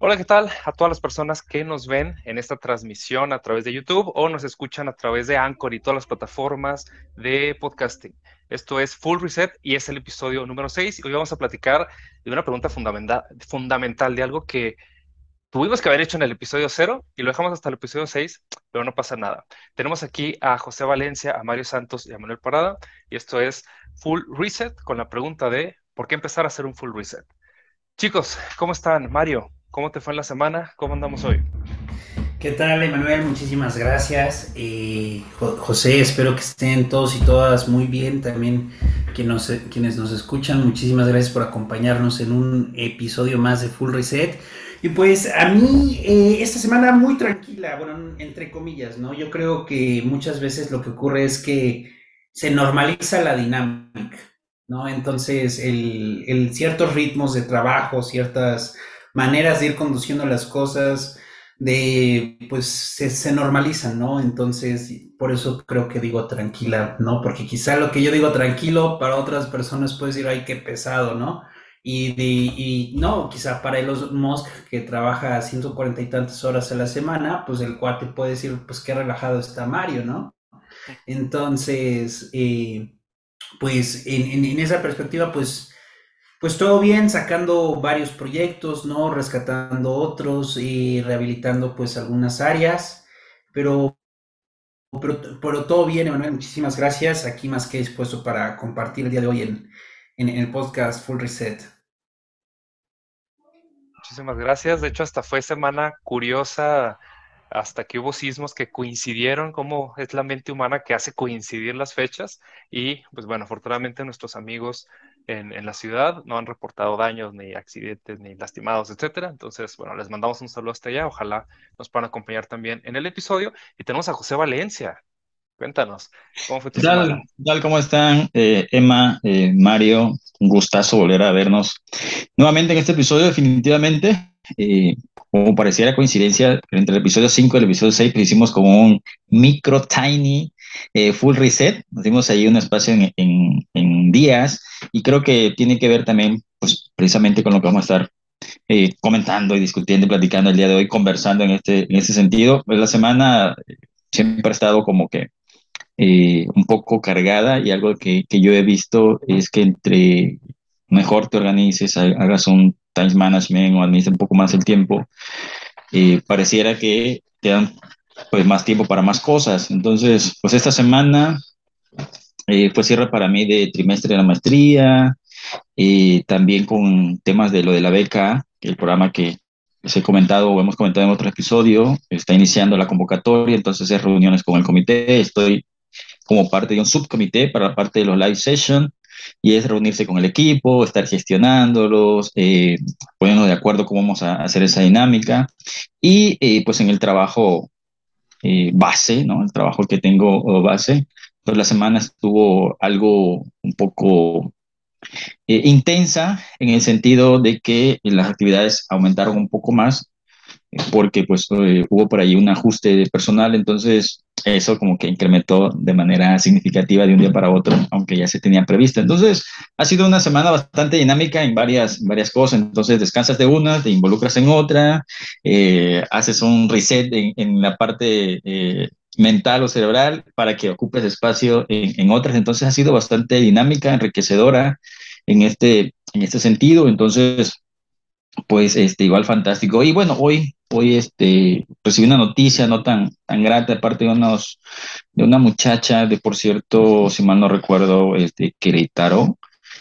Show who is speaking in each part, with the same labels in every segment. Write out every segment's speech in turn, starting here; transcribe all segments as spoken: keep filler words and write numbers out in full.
Speaker 1: Hola, ¿qué tal? A todas las personas que nos ven en esta transmisión a través de YouTube o nos escuchan a través de Anchor y todas las plataformas de podcasting. Esto es Full Reset y es el episodio número seis. Y hoy vamos a platicar de una pregunta fundamenta- fundamental, de algo que tuvimos que haber hecho en el episodio cero y lo dejamos hasta el episodio seis, pero no pasa nada. Tenemos aquí a José Valencia, a Mario Santos y a Manuel Parada, y esto es Full Reset con la pregunta de ¿por qué empezar a hacer un Full Reset? Chicos, ¿cómo están? Mario, ¿cómo te fue en la semana? ¿Cómo andamos hoy?
Speaker 2: ¿Qué tal, Emanuel? Muchísimas gracias. Eh, Jo- José, espero que estén todos y todas muy bien. También quien nos- quienes nos escuchan, muchísimas gracias por acompañarnos en un episodio más de Full Reset. Y pues a mí eh, esta semana muy tranquila, bueno, entre comillas, ¿no? Yo creo que muchas veces lo que ocurre es que se normaliza la dinámica, ¿no? Entonces, el, el ciertos ritmos de trabajo, ciertas maneras de ir conduciendo las cosas de, pues se, se normalizan, ¿no? Entonces, por eso creo que digo tranquila, ¿no? Porque quizá lo que yo digo tranquilo para otras personas puede decir, ay, qué pesado, ¿no? Y, de, y no, quizá para Elon Musk, que trabaja ciento cuarenta y tantas horas a la semana, pues el cuate puede decir, pues qué relajado está Mario, ¿no? Entonces, eh, pues en, en, en esa perspectiva, pues pues todo bien, sacando varios proyectos, ¿no? Rescatando otros y rehabilitando pues algunas áreas, pero, pero, pero todo bien, Emanuel, muchísimas gracias. Aquí más que dispuesto para compartir el día de hoy en, en, en el podcast Full Reset.
Speaker 1: Muchísimas gracias. De hecho, hasta fue semana curiosa, hasta que hubo sismos que coincidieron, como es la mente humana que hace coincidir las fechas. Y pues bueno, afortunadamente nuestros amigos en, en la ciudad no han reportado daños, ni accidentes, ni lastimados, etcétera. Entonces, bueno, les mandamos un saludo hasta allá. Ojalá nos puedan acompañar también en el episodio. Y tenemos a José Valencia. Cuéntanos, ¿cómo fue tu
Speaker 3: ¿Qué tal?
Speaker 1: semana?
Speaker 3: ¿Qué tal? ¿Cómo están? Eh, Emma, eh, Mario, un gustazo volver a vernos nuevamente en este episodio, definitivamente. Eh, Como pareciera coincidencia, entre el episodio cinco y el episodio seis, pues hicimos como un micro, tiny, eh, full reset. Nos dimos ahí un espacio en, en- en días y creo que tiene que ver también, pues precisamente con lo que vamos a estar eh, comentando y discutiendo y platicando el día de hoy, conversando en este, en este sentido. Pues la semana eh, siempre ha estado como que eh, un poco cargada y algo que, que yo he visto es que entre mejor te organices, ha- hagas un time management o administres un poco más el tiempo, eh, pareciera que te dan pues más tiempo para más cosas. Entonces, pues esta semana eh, fue cierre para mí de trimestre de la maestría, eh, también con temas de lo de la beca, que el programa que les he comentado o hemos comentado en otro episodio, está iniciando la convocatoria, entonces es reuniones con el comité, estoy como parte de un subcomité para la parte de los live sessions y es reunirse con el equipo, estar gestionándolos, eh, ponernos de acuerdo cómo vamos a hacer esa dinámica y eh, pues en el trabajo eh, base, ¿no? El trabajo que tengo oh, base, pues la semana estuvo algo un poco eh, intensa en el sentido de que las actividades aumentaron un poco más porque pues eh, hubo por ahí un ajuste de personal, entonces eso como que incrementó de manera significativa de un día para otro, aunque ya se tenía previsto. Entonces ha sido una semana bastante dinámica en varias, varias cosas, entonces descansas de una, te involucras en otra, eh, haces un reset en, en la parte eh, mental o cerebral para que ocupes espacio en, en otras, entonces ha sido bastante dinámica, enriquecedora en este, en este sentido, entonces pues este, igual fantástico. Y bueno, hoy, hoy este, recibí una noticia no tan, tan grata de parte de, unos, de una muchacha de, por cierto, si mal no recuerdo, este, Querétaro,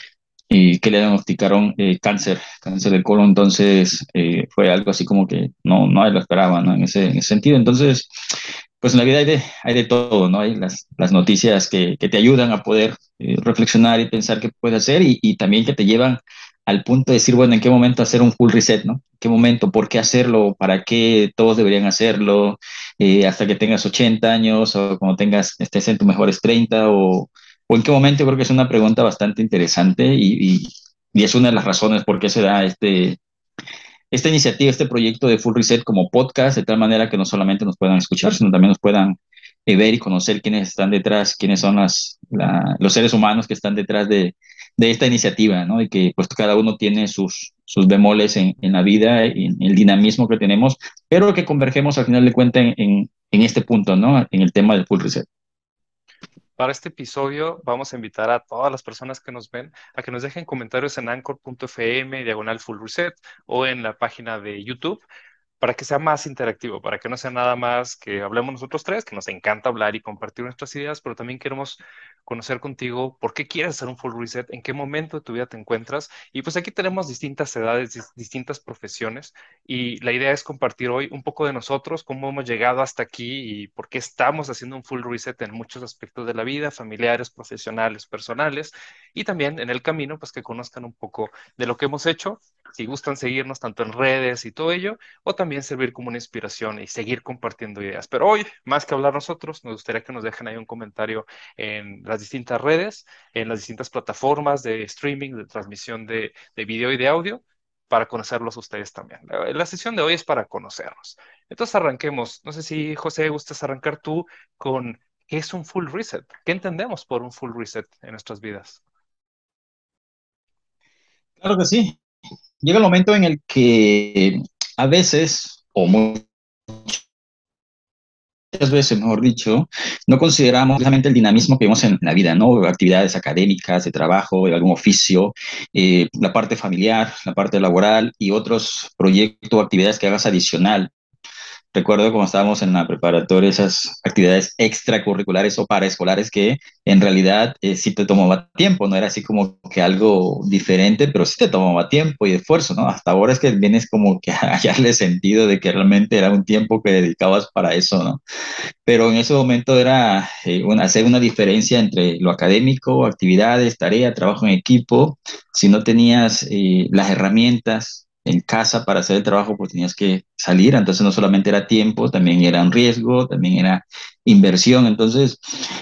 Speaker 3: y que le diagnosticaron eh, cáncer, cáncer de colon. Entonces, eh, fue algo así como que no, no lo esperaba, ¿no? En ese, en ese sentido. Entonces, pues en la vida hay de, hay de todo, ¿no? Hay las, las noticias que, que te ayudan a poder eh, reflexionar y pensar qué puedes hacer y, y también que te llevan al punto de decir, bueno, ¿en qué momento hacer un full reset, ¿no? ¿En qué momento? ¿Por qué hacerlo? ¿Para qué todos deberían hacerlo? Eh, hasta que tengas ochenta años o cuando tengas, estés en tus mejores treinta o, o en qué momento. Yo creo que es una pregunta bastante interesante y, y, y es una de las razones por qué se da este esta iniciativa, este proyecto de Full Reset como podcast, de tal manera que no solamente nos puedan escuchar, sino también nos puedan eh, ver y conocer quiénes están detrás, quiénes son las, la- los seres humanos que están detrás de, de esta iniciativa, ¿no? Y que pues cada uno tiene sus, sus bemoles en, en la vida, en el dinamismo que tenemos, pero que convergemos al final de cuentas en, en, en este punto, ¿no? En el tema del full reset.
Speaker 1: Para este episodio vamos a invitar a todas las personas que nos ven a que nos dejen comentarios en anchor punto f m diagonal full reset o en la página de YouTube para que sea más interactivo, para que no sea nada más que hablemos nosotros tres, que nos encanta hablar y compartir nuestras ideas, pero también queremos conocer contigo por qué quieres hacer un full reset, en qué momento de tu vida te encuentras. Y pues aquí tenemos distintas edades, dis- distintas profesiones, y la idea es compartir hoy un poco de nosotros, cómo hemos llegado hasta aquí y por qué estamos haciendo un full reset en muchos aspectos de la vida, familiares, profesionales, personales, y también en el camino, pues que conozcan un poco de lo que hemos hecho. Si gustan seguirnos tanto en redes y todo ello, o también servir como una inspiración y seguir compartiendo ideas. Pero hoy, más que hablar nosotros, nos gustaría que nos dejen ahí un comentario en las distintas redes, en las distintas plataformas de streaming, de transmisión de, de video y de audio, para conocerlos ustedes también. La, la sesión de hoy es para conocernos. Entonces arranquemos. No sé si, José, gustas arrancar tú con qué es un full reset. ¿Qué entendemos por un full reset en nuestras vidas?
Speaker 3: Claro que sí. Llega el momento en el que a veces, o muchas veces, mejor dicho, no consideramos precisamente el dinamismo que vemos en la vida, ¿no? Actividades académicas, de trabajo, de algún oficio, eh, la parte familiar, la parte laboral y otros proyectos o actividades que hagas adicional. Recuerdo cuando estábamos en la preparatoria, esas actividades extracurriculares o paraescolares que en realidad eh, sí te tomaba tiempo, no era así como que algo diferente, pero sí te tomaba tiempo y esfuerzo, ¿no? Hasta ahora es que vienes como que a hallarle sentido de que realmente era un tiempo que dedicabas para eso, ¿no? Pero en ese momento era eh, un- hacer una diferencia entre lo académico, actividades, tarea, trabajo en equipo. Si no tenías eh, las herramientas en casa para hacer el trabajo, pues tenías que salir. Entonces no solamente era tiempo, también era un riesgo, también era inversión. Entonces,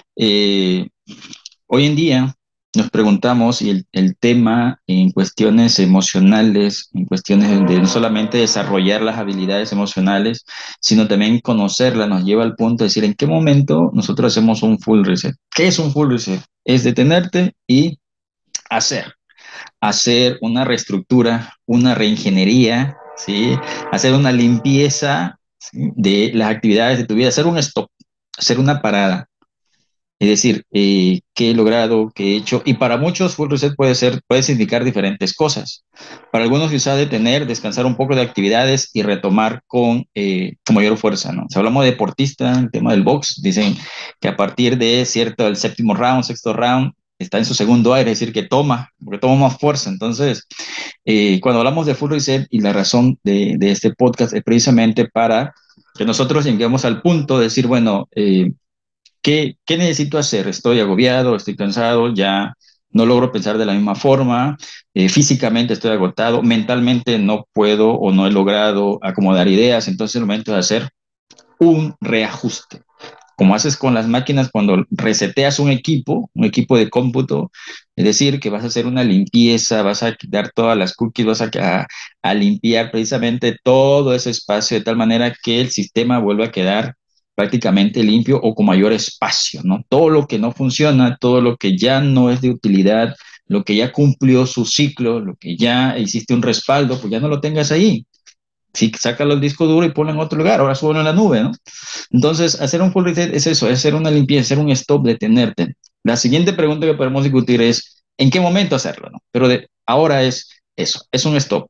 Speaker 3: eh, hoy en día nos preguntamos y el, el tema en cuestiones emocionales, en cuestiones de no solamente desarrollar las habilidades emocionales, sino también conocerlas, nos lleva al punto de decir en qué momento nosotros hacemos un full reset. ¿Qué es un full reset? Es detenerte y hacer, hacer una reestructura, una reingeniería, ¿sí? Hacer una limpieza, ¿sí? De las actividades de tu vida, hacer un stop, hacer una parada. Es decir, eh, qué he logrado, qué he hecho. Y para muchos, full reset puede ser, puede significar diferentes cosas. Para algunos quizá detener, descansar un poco de actividades y retomar con, eh, con mayor fuerza, ¿no? Si hablamos de deportista, el tema del box, dicen que a partir de cierto, el séptimo round, sexto round, está en su segundo aire, es decir, que toma, porque toma más fuerza. Entonces, eh, cuando hablamos de full reset y la razón de, de este podcast es precisamente para que nosotros lleguemos al punto de decir, bueno, eh, ¿Qué, qué necesito hacer? Estoy agobiado, estoy cansado, ya no logro pensar de la misma forma, eh, físicamente estoy agotado, mentalmente no puedo o no he logrado acomodar ideas, entonces es el momento de hacer un reajuste. Como haces con las máquinas cuando reseteas un equipo, un equipo de cómputo, es decir, que vas a hacer una limpieza, vas a quitar todas las cookies, vas a, a, a limpiar precisamente todo ese espacio de tal manera que el sistema vuelva a quedar prácticamente limpio o con mayor espacio, ¿no? Todo lo que no funciona, todo lo que ya no es de utilidad, lo que ya cumplió su ciclo, lo que ya hiciste un respaldo, pues ya no lo tengas ahí. Sí, sácalo del disco duro y ponlo en otro lugar, ahora súbelo en la nube, ¿no? Entonces, hacer un full reset es eso, es hacer una limpieza, hacer un stop, detenerte. La siguiente pregunta que podemos discutir es, ¿en qué momento hacerlo, no? Pero de, ahora es eso, es un stop.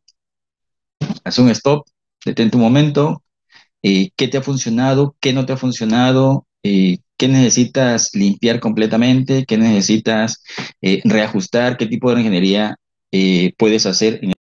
Speaker 3: Haz un stop, detente un momento, eh, qué te ha funcionado, qué no te ha funcionado, eh, qué necesitas limpiar completamente, qué necesitas eh, reajustar, qué tipo de ingeniería eh, puedes hacer. En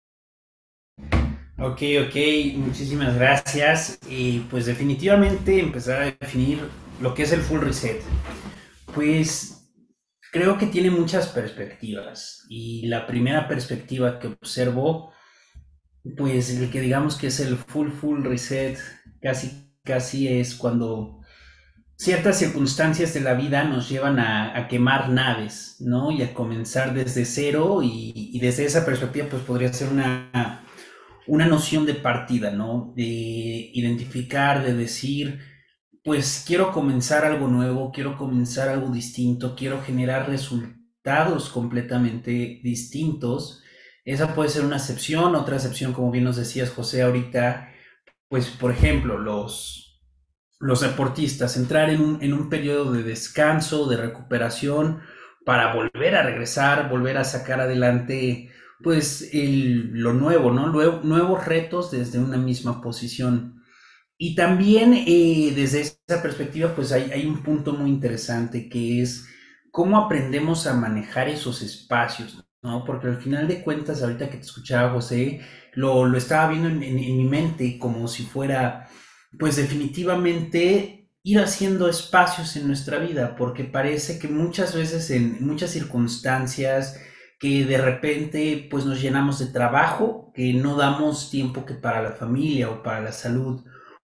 Speaker 2: Ok, ok, muchísimas gracias. Y pues definitivamente empezar a definir lo que es el full reset. Pues creo que tiene muchas perspectivas. Y la primera perspectiva que observo, pues el que digamos que es el full full reset, casi casi es cuando ciertas circunstancias de la vida nos llevan a, a quemar naves, ¿no? Y a comenzar desde cero y, y desde esa perspectiva pues podría ser una una noción de partida, ¿no? De identificar, de decir, pues quiero comenzar algo nuevo, quiero comenzar algo distinto, quiero generar resultados resultados completamente distintos. Esa puede ser una excepción, otra excepción, como bien nos decías, José, ahorita, pues, por ejemplo, los, los deportistas, entrar en un, en un periodo de descanso, de recuperación, para volver a regresar, volver a sacar adelante, pues, el, lo nuevo, ¿no? Nuevo, nuevos retos desde una misma posición. Y también eh, desde esa perspectiva, pues hay, hay un punto muy interesante que es cómo aprendemos a manejar esos espacios, ¿no? Porque al final de cuentas, ahorita que te escuchaba, José, lo, lo estaba viendo en, en- en mi mente como si fuera, pues definitivamente ir haciendo espacios en nuestra vida, porque parece que muchas veces en muchas circunstancias que de repente pues nos llenamos de trabajo, que no damos tiempo que para la familia o para la salud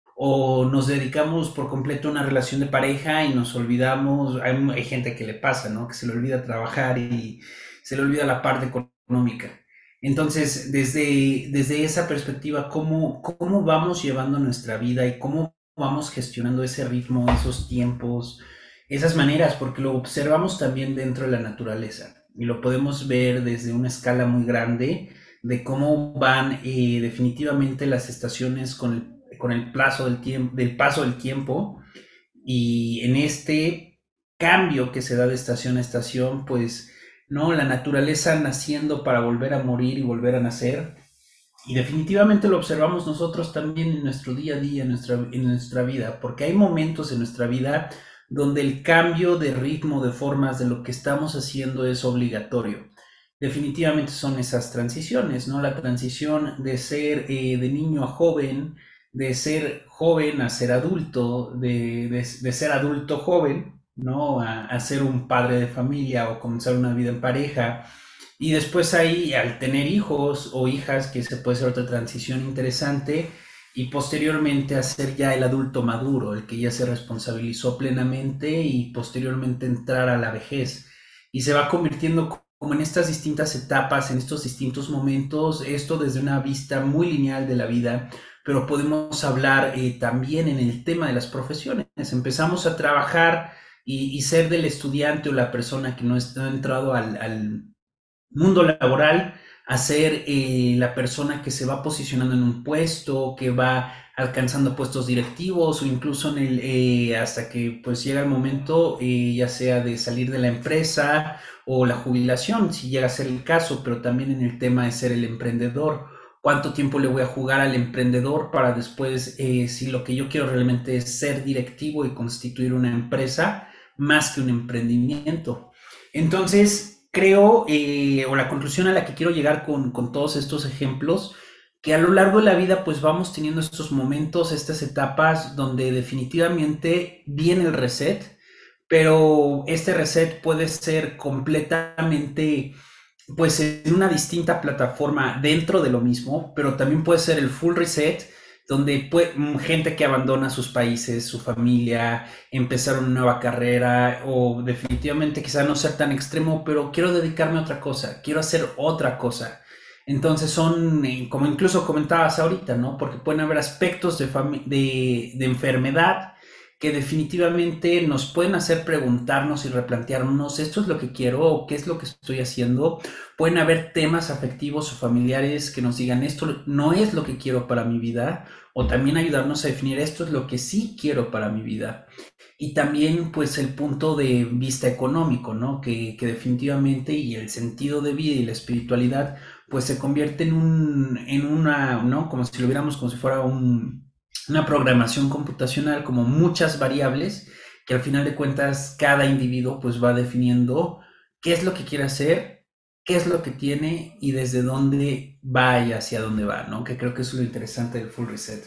Speaker 2: o nos dedicamos por completo a una relación de pareja y nos olvidamos, hay, hay gente que le pasa, ¿no? Que se le olvida trabajar y se le olvida la parte económica. Entonces, desde, desde esa perspectiva, ¿cómo, ¿cómo vamos llevando nuestra vida y cómo vamos gestionando ese ritmo, esos tiempos, esas maneras? Porque lo observamos también dentro de la naturaleza y lo podemos ver desde una escala muy grande de cómo van eh, definitivamente las estaciones con el, con el plazo del tiempo, del paso del tiempo y en este cambio que se da de estación a estación, pues no, la naturaleza naciendo para volver a morir y volver a nacer. Y definitivamente lo observamos nosotros también en nuestro día a día, en nuestra, en nuestra vida, porque hay momentos en nuestra vida donde el cambio de ritmo, de formas, de lo que estamos haciendo es obligatorio. Definitivamente son esas transiciones, ¿no? La transición de ser eh, de niño a joven, de ser joven a ser adulto, de, de, de ser adulto joven, ¿no? A, a ser un padre de familia o comenzar una vida en pareja, y después ahí, al tener hijos o hijas, que se puede ser otra transición interesante, y posteriormente hacer ya el adulto maduro, el que ya se responsabilizó plenamente y posteriormente entrar a la vejez. Y se va convirtiendo como en estas distintas etapas, en estos distintos momentos, esto desde una vista muy lineal de la vida, pero podemos hablar eh, también en el tema de las profesiones. Empezamos a trabajar y, y ser del estudiante o la persona que no está entrado al, al mundo laboral a ser eh, la persona que se va posicionando en un puesto, que va alcanzando puestos directivos o incluso en el, eh, hasta que pues llega el momento eh, ya sea de salir de la empresa o la jubilación, si llega a ser el caso, pero también en el tema de ser el emprendedor. ¿Cuánto tiempo le voy a jugar al emprendedor para después, eh, si lo que yo quiero realmente es ser directivo y constituir una empresa más que un emprendimiento? Entonces, creo, eh, o la conclusión a la que quiero llegar con, con todos estos ejemplos, que a lo largo de la vida pues vamos teniendo estos momentos, estas etapas donde definitivamente viene el reset, pero este reset puede ser completamente pues en una distinta plataforma dentro de lo mismo, pero también puede ser el full reset, donde puede, gente que abandona sus países, su familia, empezar una nueva carrera o definitivamente quizá no ser tan extremo, pero quiero dedicarme a otra cosa, quiero hacer otra cosa. Entonces son, eh, como incluso comentabas ahorita, ¿no? Porque pueden haber aspectos de, de, de enfermedad que definitivamente nos pueden hacer preguntarnos y replantearnos esto es lo que quiero o qué es lo que estoy haciendo. Pueden haber temas afectivos o familiares que nos digan esto no es lo que quiero para mi vida o también ayudarnos a definir esto es lo que sí quiero para mi vida. Y también pues el punto de vista económico, ¿no? Que, que definitivamente y el sentido de vida y la espiritualidad pues se convierte en un, en una, ¿no? Como si lo viéramos como si fuera un, una programación computacional, como muchas variables que al final de cuentas cada individuo pues va definiendo qué es lo que quiere hacer, qué es lo que tiene y desde dónde va y hacia dónde va, ¿no? Que creo que eso es lo interesante del full reset.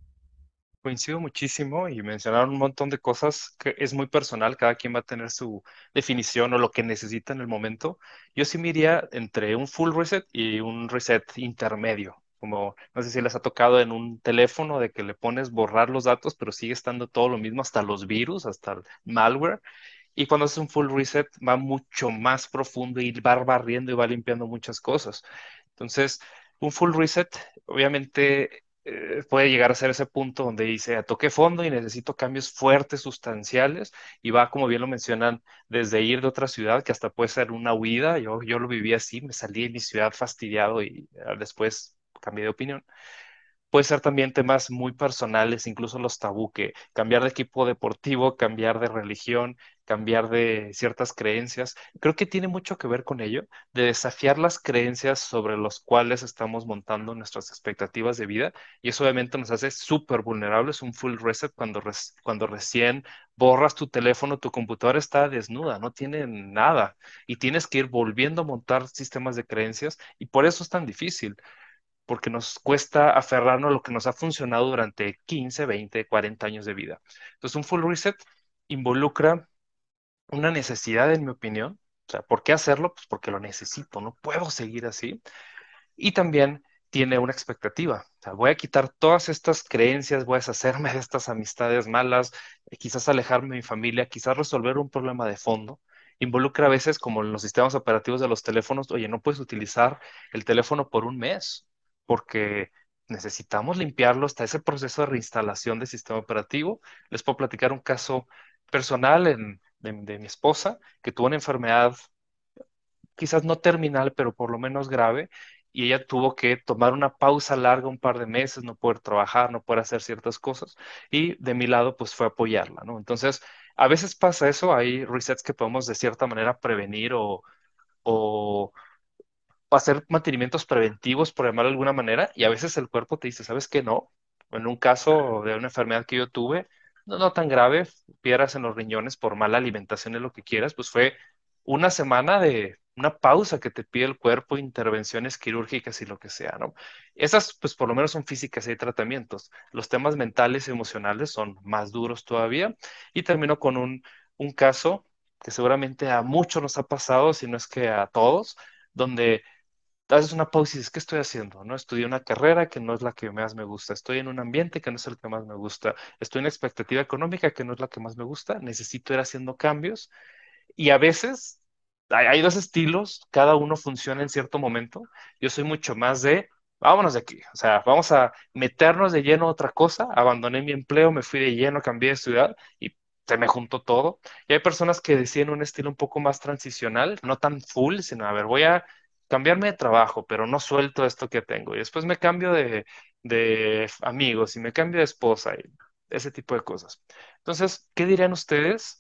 Speaker 1: Coincido muchísimo y mencionaron un montón de cosas que es muy personal, cada quien va a tener su definición o lo que necesita en el momento. Yo sí me iría entre un full reset y un reset intermedio, como no sé si les ha tocado en un teléfono de que le pones borrar los datos, pero sigue estando todo lo mismo, hasta los virus, hasta el malware. Y cuando haces un full reset va mucho más profundo y va barriendo y va limpiando muchas cosas. Entonces, un full reset, obviamente eh, puede llegar a ser ese punto donde dice, toqué fondo y necesito cambios fuertes, sustanciales, y va, como bien lo mencionan, desde ir de otra ciudad, que hasta puede ser una huida. Yo, yo lo viví así, me salí de mi ciudad fastidiado y eh, después cambié de opinión. Puede ser también temas muy personales, incluso los tabú, que cambiar de equipo deportivo, cambiar de religión, cambiar de ciertas creencias. Creo que tiene mucho que ver con ello, de desafiar las creencias sobre las cuales estamos montando nuestras expectativas de vida. Y eso obviamente nos hace súper vulnerables. Un full reset cuando, res- cuando recién borras tu teléfono, tu computadora está desnuda, no tiene nada. Y tienes que ir volviendo a montar sistemas de creencias. Y por eso es tan difícil porque nos cuesta aferrarnos a lo que nos ha funcionado durante quince, veinte, cuarenta años de vida. Entonces, un full reset involucra una necesidad, en mi opinión. O sea, ¿por qué hacerlo? Pues porque lo necesito, no puedo seguir así. Y también tiene una expectativa. O sea, voy a quitar todas estas creencias, voy a deshacerme de estas amistades malas, eh, quizás alejarme de mi familia, quizás resolver un problema de fondo. Involucra a veces, como en los sistemas operativos de los teléfonos, oye, no puedes utilizar el teléfono por un mes porque necesitamos limpiarlo hasta ese proceso de reinstalación del sistema operativo. Les puedo platicar un caso personal en- de de mi esposa que tuvo una enfermedad quizás no terminal, pero por lo menos grave, y ella tuvo que tomar una pausa larga, un par de meses, no poder trabajar, no poder hacer ciertas cosas, y de mi lado, pues fue apoyarla, ¿no? Entonces, a veces pasa eso, hay resets que podemos de cierta manera prevenir o, o hacer mantenimientos preventivos, por llamarlo de alguna manera, y a veces el cuerpo te dice, ¿sabes qué? No. En un caso de una enfermedad que yo tuve, no, no tan grave, piedras en los riñones por mala alimentación y lo que quieras, pues fue una semana de una pausa que te pide el cuerpo, intervenciones quirúrgicas y lo que sea, ¿no? Esas, pues por lo menos son físicas y hay tratamientos. Los temas mentales y emocionales son más duros todavía. Y termino con un, un caso que seguramente a muchos nos ha pasado, si no es que a todos, donde haces una pausa y dices, ¿qué estoy haciendo? ¿No? Estudié una carrera que no es la que más me gusta, estoy en un ambiente que no es el que más me gusta, estoy en una expectativa económica que no es la que más me gusta, necesito ir haciendo cambios y a veces hay, hay dos estilos, cada uno funciona en cierto momento. Yo soy mucho más de, vámonos de aquí, o sea, vamos a meternos de lleno a otra cosa, abandoné mi empleo, me fui de lleno, cambié de ciudad y se me juntó todo. Y hay personas que deciden un estilo un poco más transicional, no tan full, sino, a ver, voy a cambiarme de trabajo, pero no suelto esto que tengo. Y después me cambio de, de amigos y me cambio de esposa y ese tipo de cosas. Entonces, ¿qué dirían ustedes?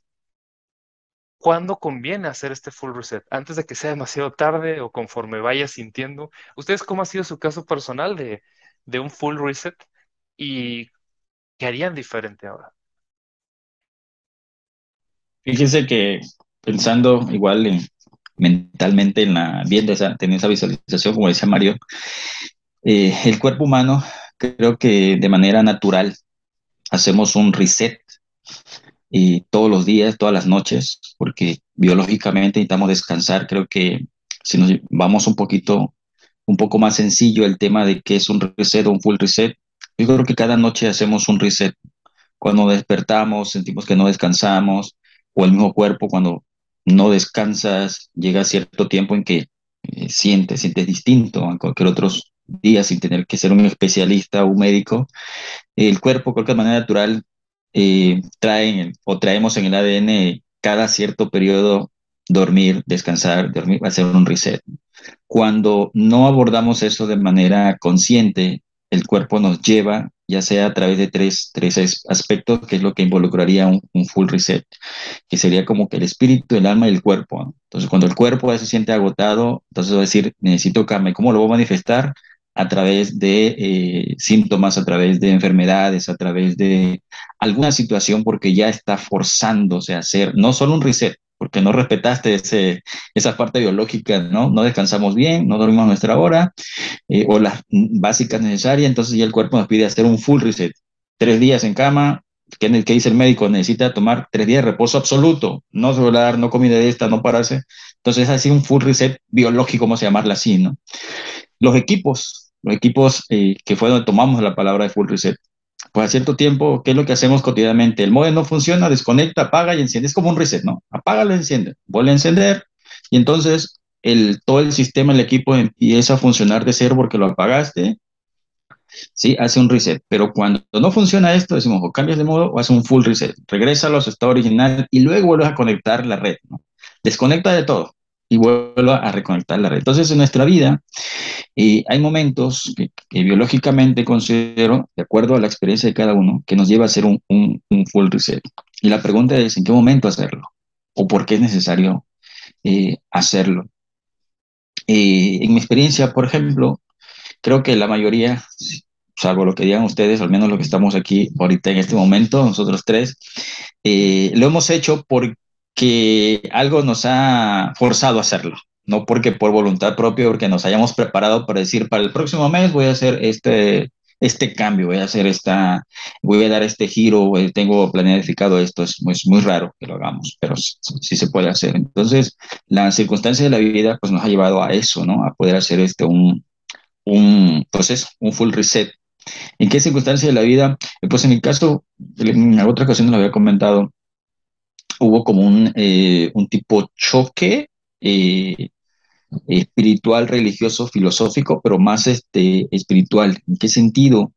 Speaker 1: ¿Cuándo conviene hacer este full reset? ¿Antes de que sea demasiado tarde o conforme vaya sintiendo? ¿Ustedes cómo ha sido su caso personal de, de un full reset y qué harían diferente ahora?
Speaker 3: Fíjense que pensando igual en, mentalmente en la, viendo esa, tener esa visualización, como decía Mario, eh, el cuerpo humano creo que de manera natural hacemos un reset y todos los días, todas las noches, porque biológicamente necesitamos descansar. Creo que si nos vamos un poquito, un poco más sencillo el tema de qué es un reset o un full reset, yo creo que cada noche hacemos un reset. Cuando despertamos, sentimos que no descansamos, o el mismo cuerpo cuando no descansas, llega cierto tiempo en que eh, sientes, sientes distinto a cualquier otro día sin tener que ser un especialista o un médico. El cuerpo, creo que de manera natural, eh, traen o traemos en el A D N cada cierto periodo dormir, descansar, dormir, hacer un reset. Cuando no abordamos eso de manera consciente, el cuerpo nos lleva, ya sea a través de tres, tres es- aspectos, que es lo que involucraría un, un full reset, que sería como que el espíritu, el alma y el cuerpo, ¿no? Entonces, cuando el cuerpo ya se siente agotado, entonces va a decir, necesito cambio. ¿Cómo lo voy a manifestar? A través de eh, síntomas, a través de enfermedades, a través de alguna situación, porque ya está forzándose a hacer no solo un reset, porque no respetaste ese, esa parte biológica, ¿no? No descansamos bien, no dormimos nuestra hora, eh, o las básicas necesarias, entonces ya el cuerpo nos pide hacer un full reset. Tres días en cama, ¿qué, qué dice el médico? Necesita tomar tres días de reposo absoluto, no celular, no comida de esta, no pararse. Entonces es así un full reset biológico, vamos a llamarla así, ¿no? Los equipos, los equipos eh, que fue donde tomamos la palabra de full reset. Pues a cierto tiempo, ¿qué es lo que hacemos cotidianamente? El modem no funciona, desconecta, apaga y enciende. Es como un reset, ¿no? Apágalo, enciende, vuelve a encender y entonces el, todo el sistema, el equipo empieza a funcionar de cero porque lo apagaste ¿sí? Hace un reset. Pero cuando no funciona esto, decimos o cambias de modo o hace un full reset. Regresa a los estados original y luego vuelves a conectar la red, ¿no? Desconecta de todo y vuelve a reconectar la red. Entonces, en nuestra vida eh, hay momentos que, que, biológicamente considero, de acuerdo a la experiencia de cada uno, que nos lleva a hacer un, un, un full reset. Y la pregunta es, ¿en qué momento hacerlo? ¿O por qué es necesario eh, hacerlo? Eh, en mi experiencia, por ejemplo, creo que la mayoría, salvo lo que digan ustedes, al menos lo que estamos aquí ahorita en este momento, nosotros tres, eh, lo hemos hecho porque algo nos ha forzado a hacerlo, no porque por voluntad propia, porque nos hayamos preparado para decir, para el próximo mes voy a hacer este, este cambio, voy a hacer esta, voy a dar este giro, eh, tengo planificado esto, es muy, es muy raro que lo hagamos, pero sí, sí se puede hacer. Entonces, la circunstancia de la vida pues nos ha llevado a eso, ¿no? A poder hacer este un, un, pues eso, un full reset. ¿En qué circunstancia de la vida? Eh, Pues en mi caso, en otra ocasión lo había comentado, hubo como un, eh, un tipo choque eh, espiritual, religioso, filosófico, pero más este, espiritual. ¿En qué sentido?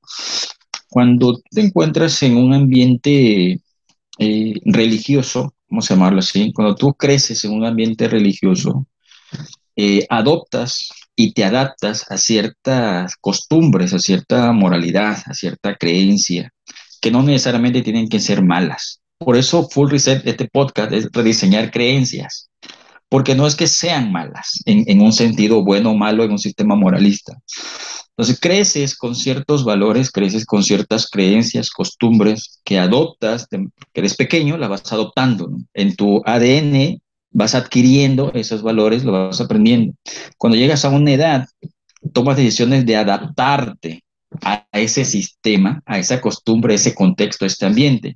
Speaker 3: Cuando te encuentras en un ambiente eh, religioso, vamos a llamarlo así, cuando tú creces en un ambiente religioso, eh, adoptas y te adaptas a ciertas costumbres, a cierta moralidad, a cierta creencia, que no necesariamente tienen que ser malas. Por eso Full Reset, este podcast, es rediseñar creencias, porque no es que sean malas en, en un sentido bueno o malo en un sistema moralista. Entonces creces con ciertos valores, creces con ciertas creencias, costumbres que adoptas, de, que eres pequeño, las vas adoptando, ¿no? En tu A D N vas adquiriendo esos valores, lo vas aprendiendo. Cuando llegas a una edad, tomas decisiones de adaptarte a ese sistema, a esa costumbre, a ese contexto, a este ambiente.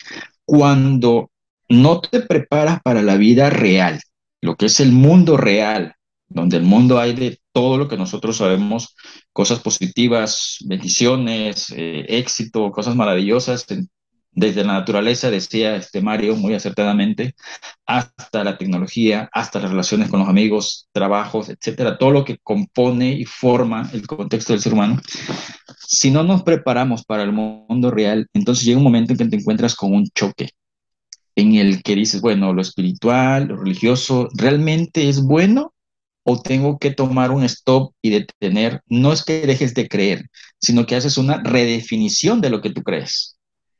Speaker 3: Cuando no te preparas para la vida real, lo que es el mundo real, donde el mundo hay de todo lo que nosotros sabemos, cosas positivas, bendiciones, eh, éxito, cosas maravillosas, desde la naturaleza, decía este Mario muy acertadamente, hasta la tecnología, hasta las relaciones con los amigos, trabajos, etcétera, todo lo que compone y forma el contexto del ser humano. Si no nos preparamos para el mundo real, entonces llega un momento en que te encuentras con un choque en el que dices, bueno, lo espiritual, lo religioso, ¿realmente es bueno? ¿O tengo que tomar un stop y detener? No es que dejes de creer, sino que haces una redefinición de lo que tú crees.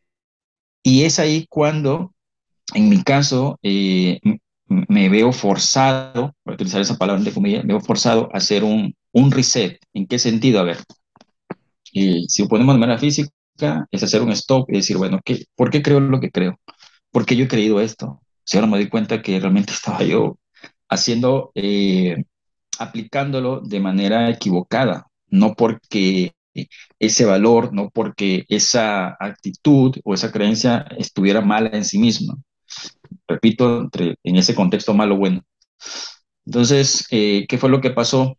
Speaker 3: Y es ahí cuando, en mi caso, eh, me veo forzado, para utilizar esa palabra entre comillas, me veo forzado a hacer un, un reset. ¿En qué sentido? A ver, eh, si lo ponemos de manera física, es hacer un stop y decir, bueno, ¿qué, ¿por qué creo lo que creo? ¿Por qué yo he creído esto? Si ahora me doy cuenta que realmente estaba yo haciendo, eh, aplicándolo de manera equivocada, no porque ese valor, no porque esa actitud o esa creencia estuviera mala en sí misma. Repito, entre, en ese contexto malo o bueno. Entonces, eh, ¿qué fue lo que pasó?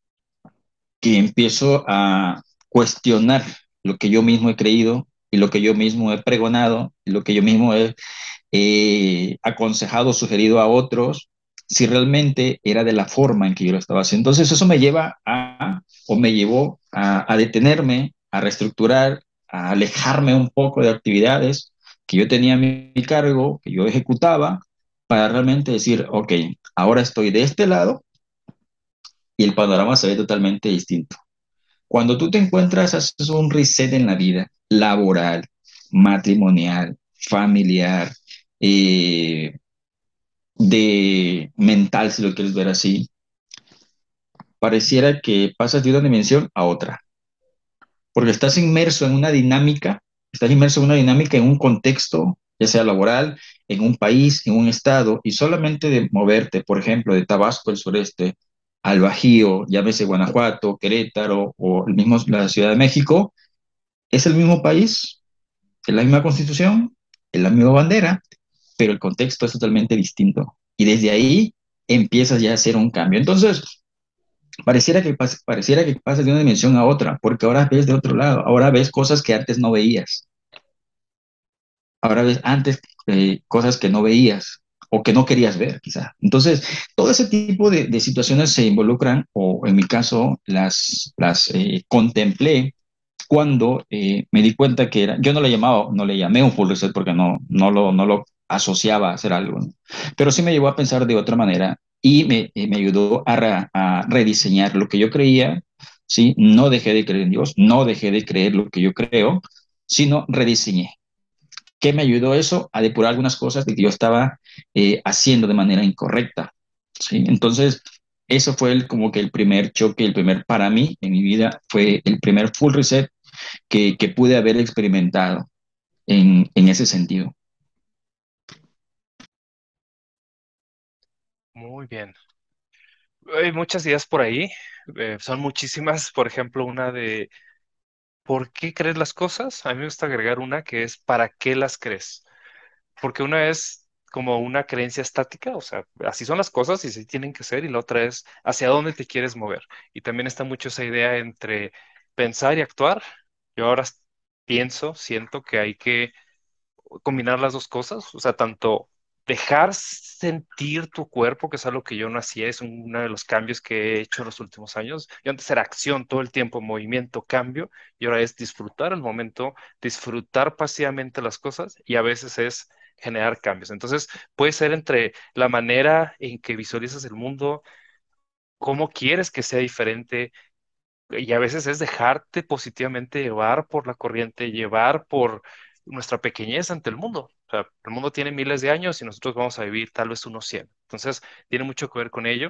Speaker 3: Que empiezo a cuestionar lo que yo mismo he creído y lo que yo mismo he pregonado y lo que yo mismo he eh, aconsejado, sugerido a otros, si realmente era de la forma en que yo lo estaba haciendo. Entonces eso me lleva a, o me llevó a, a detenerme, a reestructurar, a alejarme un poco de actividades que yo tenía a mi cargo, que yo ejecutaba, para realmente decir, ok, ahora estoy de este lado y el panorama se ve totalmente distinto. Cuando tú te encuentras, haces un reset en la vida laboral, matrimonial, familiar, eh, de mental, si lo quieres ver así, pareciera que pasas de una dimensión a otra, porque estás inmerso en una dinámica, estás inmerso en una dinámica, en un contexto, ya sea laboral, en un país, en un estado, y solamente de moverte, por ejemplo, de Tabasco, el sureste, al Bajío, llámese Guanajuato, Querétaro o el mismo, la Ciudad de México, es el mismo país, es la misma constitución, es la misma bandera, pero el contexto es totalmente distinto. Y desde ahí empiezas ya a hacer un cambio. Entonces, pareciera que, pareciera que pasas de una dimensión a otra, porque ahora ves de otro lado, ahora ves cosas que antes no veías, ahora ves antes eh, cosas que no veías o que no querías ver, quizá. Entonces, todo ese tipo de, de situaciones se involucran, o en mi caso, las, las eh, contemplé cuando eh, me di cuenta que era, yo no le llamaba, no le llamé un full reset porque no, no lo, no lo asociaba a hacer algo, ¿no? Pero sí me llevó a pensar de otra manera y me, eh, me ayudó a, re- a rediseñar lo que yo creía, ¿sí? No dejé de creer en Dios, no dejé de creer lo que yo creo, sino rediseñé. ¿Qué me ayudó eso? A depurar algunas cosas de que yo estaba eh, haciendo de manera incorrecta, ¿sí? Entonces, eso fue el, como que el primer choque, el primer para mí en mi vida, fue el primer full reset que, que pude haber experimentado en, en ese sentido.
Speaker 1: Muy bien. Hay muchas ideas por ahí, eh, son muchísimas. Por ejemplo, una de ¿por qué crees las cosas? A mí me gusta agregar una que es ¿para qué las crees? Porque una es como una creencia estática, o sea, así son las cosas y así tienen que ser, y la otra es hacia dónde te quieres mover. Y también está mucho esa idea entre pensar y actuar. Yo ahora pienso, siento que hay que combinar las dos cosas, o sea, tanto dejar sentir tu cuerpo, que es algo que yo no hacía, es un- uno de los cambios que he hecho en los últimos años. Yo antes era acción todo el tiempo, movimiento, cambio, y ahora es disfrutar el momento, disfrutar pasivamente las cosas, y a veces es generar cambios. Entonces, puede ser entre la manera en que visualizas el mundo, cómo quieres que sea diferente, y a veces es dejarte positivamente llevar por la corriente, llevar por nuestra pequeñez ante el mundo. O sea, el mundo tiene miles de años y nosotros vamos a vivir tal vez unos cien. Entonces, tiene mucho que ver con ello.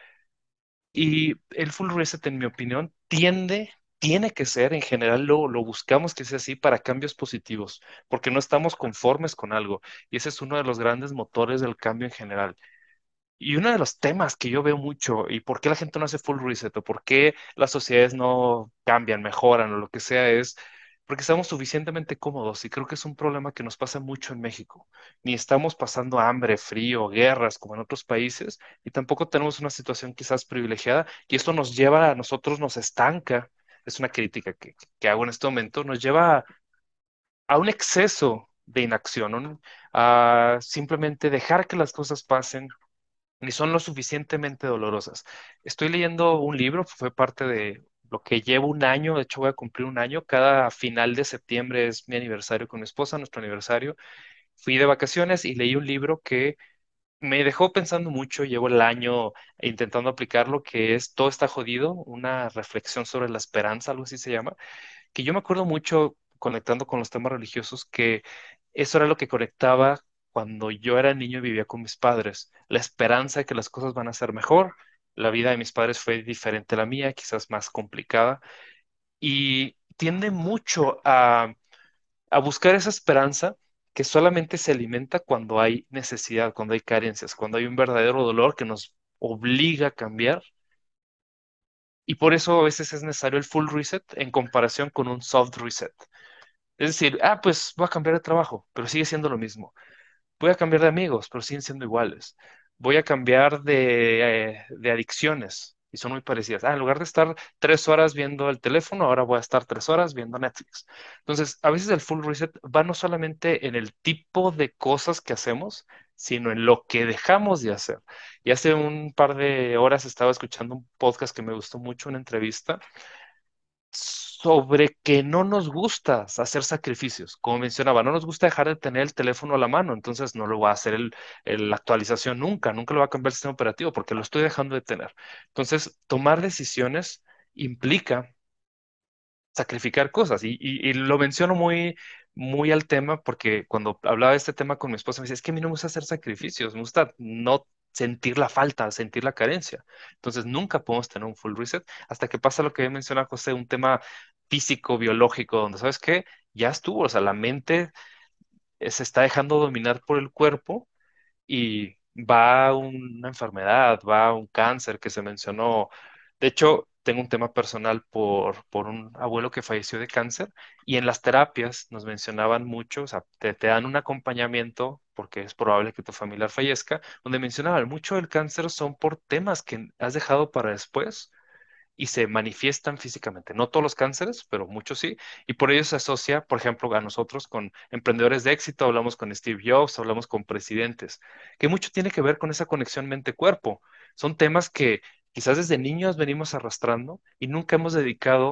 Speaker 1: Y el full reset, en mi opinión, tiende, tiene que ser, en general lo, lo buscamos que sea así para cambios positivos, porque no estamos conformes con algo. Y ese es uno de los grandes motores del cambio en general. Y uno de los temas que yo veo mucho, y por qué la gente no hace full reset, o por qué las sociedades no cambian, mejoran, o lo que sea, es porque estamos suficientemente cómodos. Y creo que es un problema que nos pasa mucho en México. Ni estamos pasando hambre, frío, guerras como en otros países, y tampoco tenemos una situación quizás privilegiada, y esto nos lleva a nosotros, nos estanca. Es una crítica que, que hago en este momento, nos lleva a, a un exceso de inacción, un- a simplemente dejar que las cosas pasen ni son lo suficientemente dolorosas. Estoy leyendo un libro, fue parte de lo que llevo un año, de hecho voy a cumplir un año, cada final de septiembre es mi aniversario con mi esposa, nuestro aniversario. Fui de vacaciones y leí un libro que me dejó pensando mucho, llevo el año intentando aplicarlo, que es Todo está jodido, una reflexión sobre la esperanza, algo así se llama, que yo me acuerdo mucho conectando con los temas religiosos, que eso era lo que conectaba cuando yo era niño y vivía con mis padres, la esperanza de que las cosas van a ser mejor. La vida de mis padres fue diferente a la mía, quizás más complicada, y tiende mucho a, a buscar esa esperanza que solamente se alimenta cuando hay necesidad, cuando hay carencias, cuando hay un verdadero dolor que nos obliga a cambiar. Y por eso a veces es necesario el full reset en comparación con un soft reset. Es decir, ah, pues voy a cambiar de trabajo, pero sigue siendo lo mismo. Voy a cambiar de amigos, pero siguen siendo iguales. Voy a cambiar de, eh, de adicciones y son muy parecidas. Ah, en lugar de estar tres horas viendo el teléfono, ahora voy a estar tres horas viendo Netflix. Entonces, a veces el full reset va no solamente en el tipo de cosas que hacemos, sino en lo que dejamos de hacer. Y hace un par de horas estaba escuchando un podcast que me gustó mucho, una entrevista sobre que no nos gusta hacer sacrificios. Como mencionaba, no nos gusta dejar de tener el teléfono a la mano, entonces no lo va a hacer el, el- la actualización nunca, nunca lo va a cambiar el sistema operativo porque lo estoy dejando de tener. Entonces, tomar decisiones implica sacrificar cosas. Y, y- y lo menciono muy, muy al tema porque cuando hablaba de este tema con mi esposa me decía, es que a mí no me gusta hacer sacrificios, me gusta no sentir la falta, sentir la carencia. Entonces nunca podemos tener un full reset hasta que pasa lo que menciona José, un tema físico, biológico, donde, ¿sabes qué? Ya estuvo, o sea, la mente eh, se está dejando dominar por el cuerpo y va una enfermedad, va un cáncer que se mencionó. De hecho, tengo un tema personal por, por un abuelo que falleció de cáncer y en las terapias nos mencionaban mucho, o sea, te, te dan un acompañamiento porque es probable que tu familiar fallezca, donde mencionaban mucho del cáncer son por temas que has dejado para después y se manifiestan físicamente. No todos los cánceres, pero muchos sí. Y por ello se asocia, por ejemplo, a nosotros con emprendedores de éxito, hablamos con Steve Jobs, hablamos con presidentes, que mucho tiene que ver con esa conexión mente-cuerpo. Son temas que quizás desde niños venimos arrastrando y nunca hemos dedicado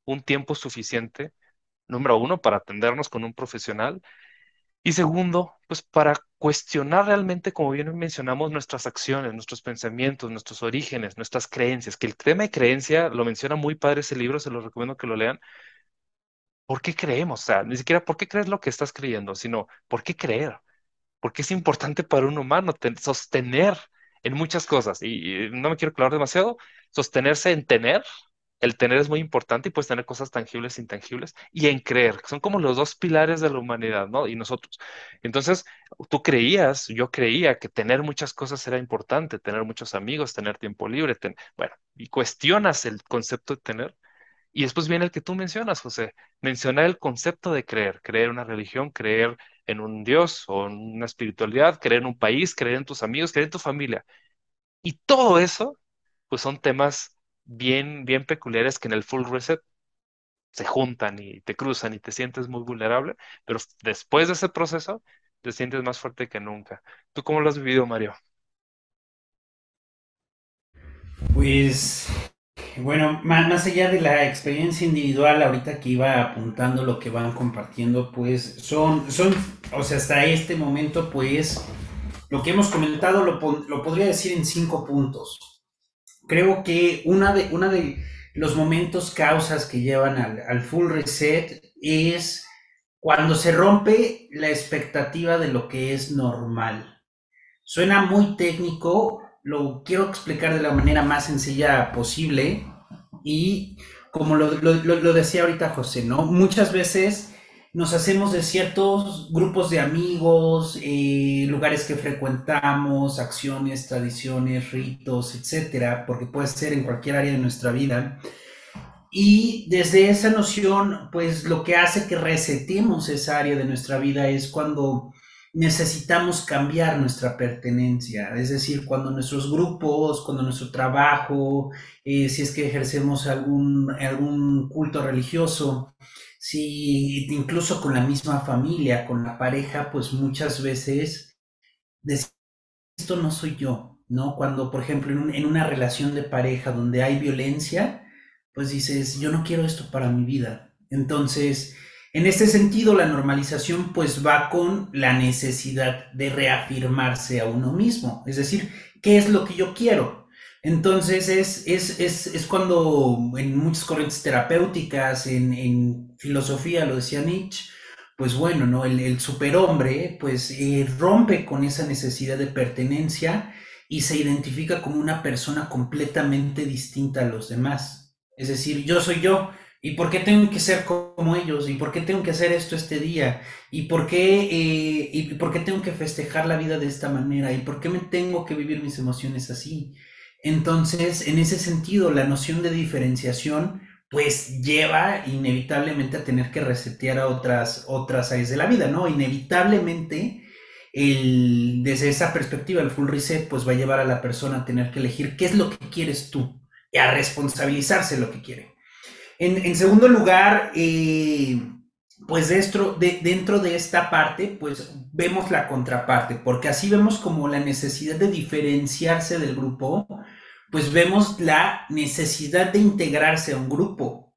Speaker 1: un tiempo suficiente, número uno, para atendernos con un profesional y segundo, pues para cuestionar realmente, como bien mencionamos, nuestras acciones, nuestros pensamientos, nuestros orígenes, nuestras creencias, que el tema de creencia lo menciona muy padre ese libro, se los recomiendo que lo lean. ¿Por qué creemos? O sea, ni siquiera por qué crees lo que estás creyendo, sino por qué creer. Porque es importante para un humano ten- sostener en muchas cosas. Y, y no me quiero clavar demasiado, sostenerse en tener. El tener es muy importante y puedes tener cosas tangibles e intangibles. Y en creer, que son como los dos pilares de la humanidad, ¿no? Y nosotros. Entonces, tú creías, yo creía que tener muchas cosas era importante, tener muchos amigos, tener tiempo libre, ten- bueno, y cuestionas el concepto de tener. Y después viene el que tú mencionas, José. Mencionar el concepto de creer, creer en una religión, creer en un Dios o en una espiritualidad, creer en un país, creer en tus amigos, creer en tu familia. Y todo eso, pues son temas bien, bien peculiares que en el full reset se juntan y te cruzan y te sientes muy vulnerable, pero después de ese proceso te sientes más fuerte que nunca. ¿Tú cómo lo has vivido, Mario?
Speaker 2: Pues bueno, más, más allá de la experiencia individual, ahorita que iba apuntando lo que van compartiendo, pues son, son, o sea, hasta este momento, pues lo que hemos comentado lo, lo podría decir en cinco puntos. Creo que una de, una de los momentos, causas que llevan al, al full reset es cuando se rompe la expectativa de lo que es normal. Suena muy técnico, lo quiero explicar de la manera más sencilla posible y como lo, lo, lo decía ahorita José, ¿no? Muchas veces nos hacemos de ciertos grupos de amigos, eh, lugares que frecuentamos, acciones, tradiciones, ritos, etcétera, porque puede ser en cualquier área de nuestra vida. Y desde esa noción, pues lo que hace que resetemos esa área de nuestra vida es cuando necesitamos cambiar nuestra pertenencia, es decir, cuando nuestros grupos, cuando nuestro trabajo, eh, si es que ejercemos algún, algún culto religioso, si incluso con la misma familia, con la pareja, pues muchas veces decimos, esto no soy yo, ¿no? Cuando, por ejemplo, en, un, en una relación de pareja donde hay violencia, pues dices, yo no quiero esto para mi vida. Entonces, en este sentido, la normalización pues va con la necesidad de reafirmarse a uno mismo, es decir, ¿qué es lo que yo quiero? Entonces es, es, es, es cuando en muchas corrientes terapéuticas, en, en filosofía, lo decía Nietzsche, pues bueno, ¿no? El, el superhombre pues eh, rompe con esa necesidad de pertenencia y se identifica como una persona completamente distinta a los demás. Es decir, yo soy yo. ¿Y por qué tengo que ser como ellos? ¿Y por qué tengo que hacer esto este día? ¿Y por qué, eh, y por qué tengo que festejar la vida de esta manera? ¿Y por qué me tengo que vivir mis emociones así? Entonces, en ese sentido, la noción de diferenciación pues lleva inevitablemente a tener que resetear a otras, otras áreas de la vida, ¿no? Inevitablemente, el, desde esa perspectiva, el full reset pues va a llevar a la persona a tener que elegir qué es lo que quieres tú y a responsabilizarse lo que quiere. En, en segundo lugar, eh, pues dentro de, dentro de esta parte, pues vemos la contraparte, porque así vemos como la necesidad de diferenciarse del grupo, pues vemos la necesidad de integrarse a un grupo.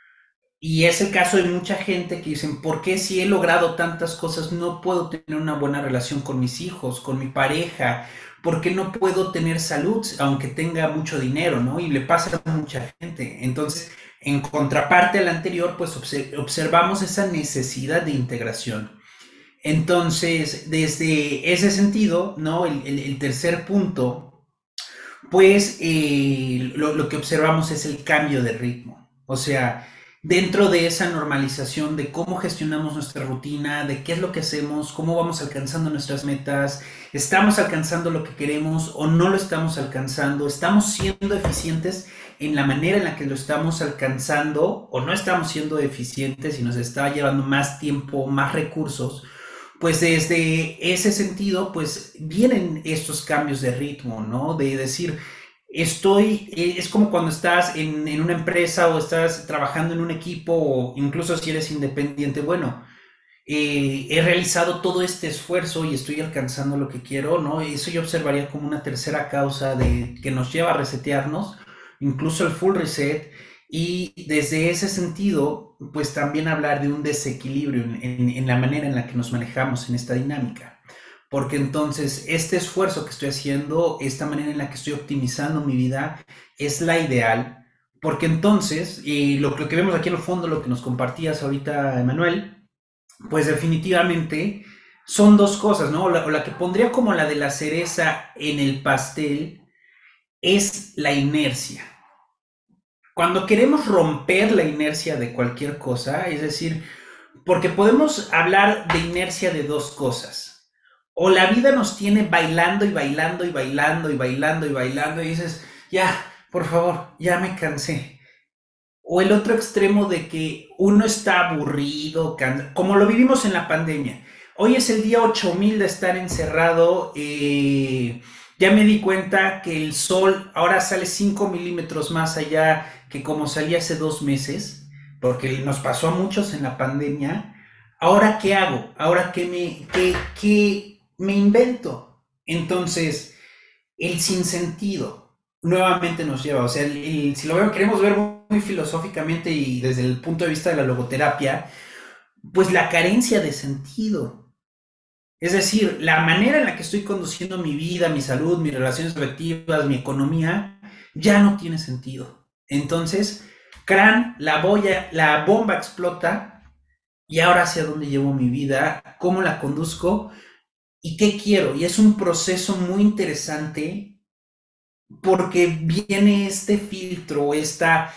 Speaker 2: Y es el caso de mucha gente que dicen, ¿por qué si he logrado tantas cosas no puedo tener una buena relación con mis hijos, con mi pareja? ¿Por qué no puedo tener salud aunque tenga mucho dinero, ¿no? Y le pasa a mucha gente. Entonces, en contraparte al anterior, pues observamos esa necesidad de integración. Entonces, desde ese sentido, ¿no? El, el, el tercer punto, pues eh, lo, lo que observamos es el cambio de ritmo. O sea, dentro de esa normalización de cómo gestionamos nuestra rutina, de qué es lo que hacemos, cómo vamos alcanzando nuestras metas, estamos alcanzando lo que queremos o no lo estamos alcanzando, estamos siendo eficientes en la manera en la que lo estamos alcanzando o no estamos siendo eficientes y nos está llevando más tiempo, más recursos, pues desde ese sentido, pues vienen estos cambios de ritmo, ¿no? De decir, estoy, eh, es como cuando estás en, en, una empresa o estás trabajando en un equipo o incluso si eres independiente, bueno, eh, he realizado todo este esfuerzo y estoy alcanzando lo que quiero, ¿no? Eso yo observaría como una tercera causa de que nos lleva a resetearnos, incluso el full reset. Y desde ese sentido, pues también hablar de un desequilibrio en, en, en la manera en la que nos manejamos en esta dinámica. Porque entonces este esfuerzo que estoy haciendo, esta manera en la que estoy optimizando mi vida, es la ideal. Porque entonces, y lo, lo que vemos aquí en el fondo, lo que nos compartías ahorita, Emanuel, pues definitivamente son dos cosas, ¿no? O la, o la que pondría como la de la cereza en el pastel es la inercia. Cuando queremos romper la inercia de cualquier cosa, es decir, porque podemos hablar de inercia de dos cosas. O la vida nos tiene bailando y bailando y bailando y bailando y bailando y dices, ya, por favor, ya me cansé. O el otro extremo de que uno está aburrido, como lo vivimos en la pandemia. Hoy es el día ocho mil de estar encerrado. Eh, ya me di cuenta que el sol ahora sale cinco milímetros más allá que como salía hace dos meses, porque nos pasó a muchos en la pandemia. Ahora, ¿qué hago? Ahora, ¿qué me, qué, qué me invento? Entonces, el sinsentido nuevamente nos lleva, o sea, el, el, si lo veo, queremos ver muy filosóficamente y desde el punto de vista de la logoterapia, pues la carencia de sentido. Es decir, la manera en la que estoy conduciendo mi vida, mi salud, mis relaciones afectivas, mi economía, ya no tiene sentido. Entonces, crán, la, boya, la bomba explota y ahora hacia dónde llevo mi vida, cómo la conduzco y qué quiero. Y es un proceso muy interesante porque viene este filtro, esta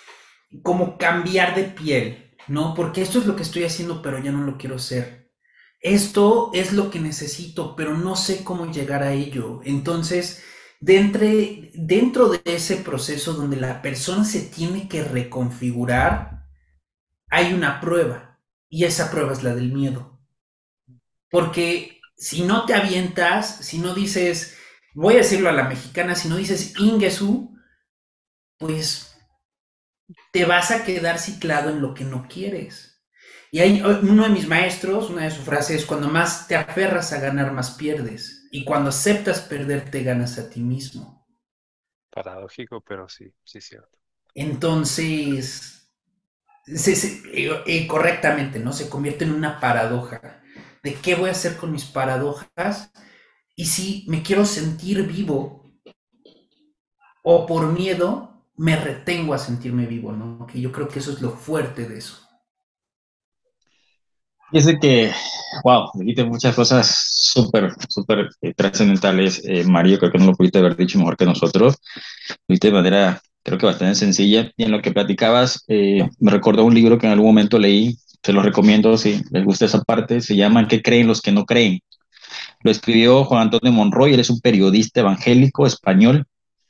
Speaker 2: como cambiar de piel, ¿no? Porque esto es lo que estoy haciendo, pero ya no lo quiero hacer. Esto es lo que necesito, pero no sé cómo llegar a ello. Entonces, dentro, dentro de ese proceso donde la persona se tiene que reconfigurar, hay una prueba, y esa prueba es la del miedo. Porque si no te avientas, si no dices, voy a decirlo a la mexicana, si no dices Ingesu, pues te vas a quedar ciclado en lo que no quieres. Y hay uno de mis maestros, una de sus frases es, cuando más te aferras a ganar, más pierdes. Y cuando aceptas perder, te ganas a ti mismo.
Speaker 1: Paradójico, pero sí, sí es cierto.
Speaker 2: Entonces, se, se, eh, correctamente, ¿no? Se convierte en una paradoja. ¿De qué voy a hacer con mis paradojas? Y si me quiero sentir vivo o por miedo, me retengo a sentirme vivo, ¿no? Que yo creo que eso es lo fuerte de eso.
Speaker 3: Y es de que, wow, dijiste muchas cosas súper, súper eh, trascendentales, eh, Mario, creo que no lo pudiste haber dicho mejor que nosotros, lo dijiste de manera, creo que bastante sencilla, y en lo que platicabas, eh, me recordó un libro que en algún momento leí, se lo recomiendo si les gusta esa parte, se llama ¿Qué creen los que no creen? Lo escribió Juan Antonio Monroy, él es un periodista evangélico español,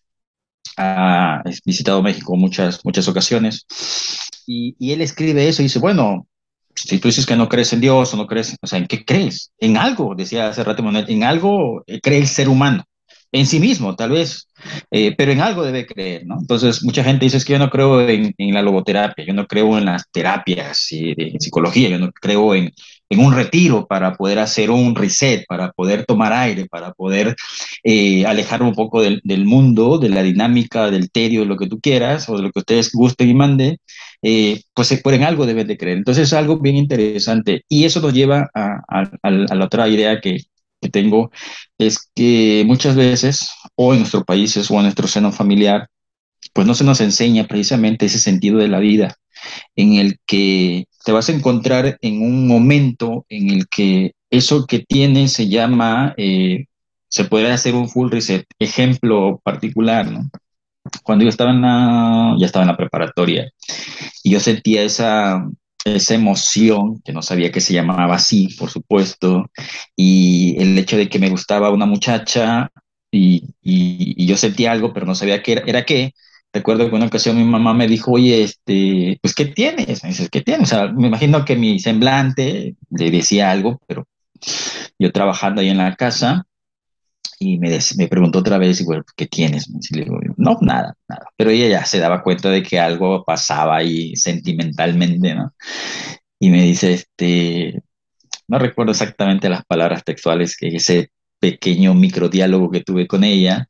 Speaker 3: ha visitado México muchas, muchas ocasiones, y, y él escribe eso y dice, bueno, si tú dices que no crees en Dios o no crees, o sea, ¿en qué crees? En algo, decía hace rato Manuel, en algo eh, cree el ser humano, en sí mismo, tal vez, eh, pero en algo debe creer, ¿no? Entonces, mucha gente dice es que yo no creo en, en la logoterapia, yo no creo en las terapias y de psicología, yo no creo en, en un retiro para poder hacer un reset, para poder tomar aire, para poder eh, alejar un poco del, del mundo, de la dinámica, del tedio, de lo que tú quieras, o de lo que ustedes gusten y manden, eh, pues por en algo deben de creer. Entonces es algo bien interesante. Y eso nos lleva a, a, a la otra idea que, que, tengo, es que muchas veces, o en nuestros países, o en nuestro seno familiar, pues no se nos enseña precisamente ese sentido de la vida, en el que te vas a encontrar en un momento en el que eso que tienes se llama, eh, se puede hacer un full reset. Ejemplo particular, ¿no? Cuando yo estaba en la, ya estaba en la preparatoria, y yo sentía esa, esa emoción, que no sabía que se llamaba así, por supuesto, y el hecho de que me gustaba una muchacha y, y, y yo sentía algo, pero no sabía qué era, era qué. Recuerdo que una ocasión mi mamá me dijo, oye, este, pues, ¿qué tienes? Me dices, ¿qué tienes? O sea, me imagino que mi semblante le decía algo, pero yo trabajando ahí en la casa, y me, des- me preguntó otra vez, y bueno, ¿qué tienes? Y le digo, no, nada, nada. Pero ella ya se daba cuenta de que algo pasaba ahí sentimentalmente, ¿no? Y me dice, este, no recuerdo exactamente las palabras textuales, que ese pequeño microdiálogo que tuve con ella,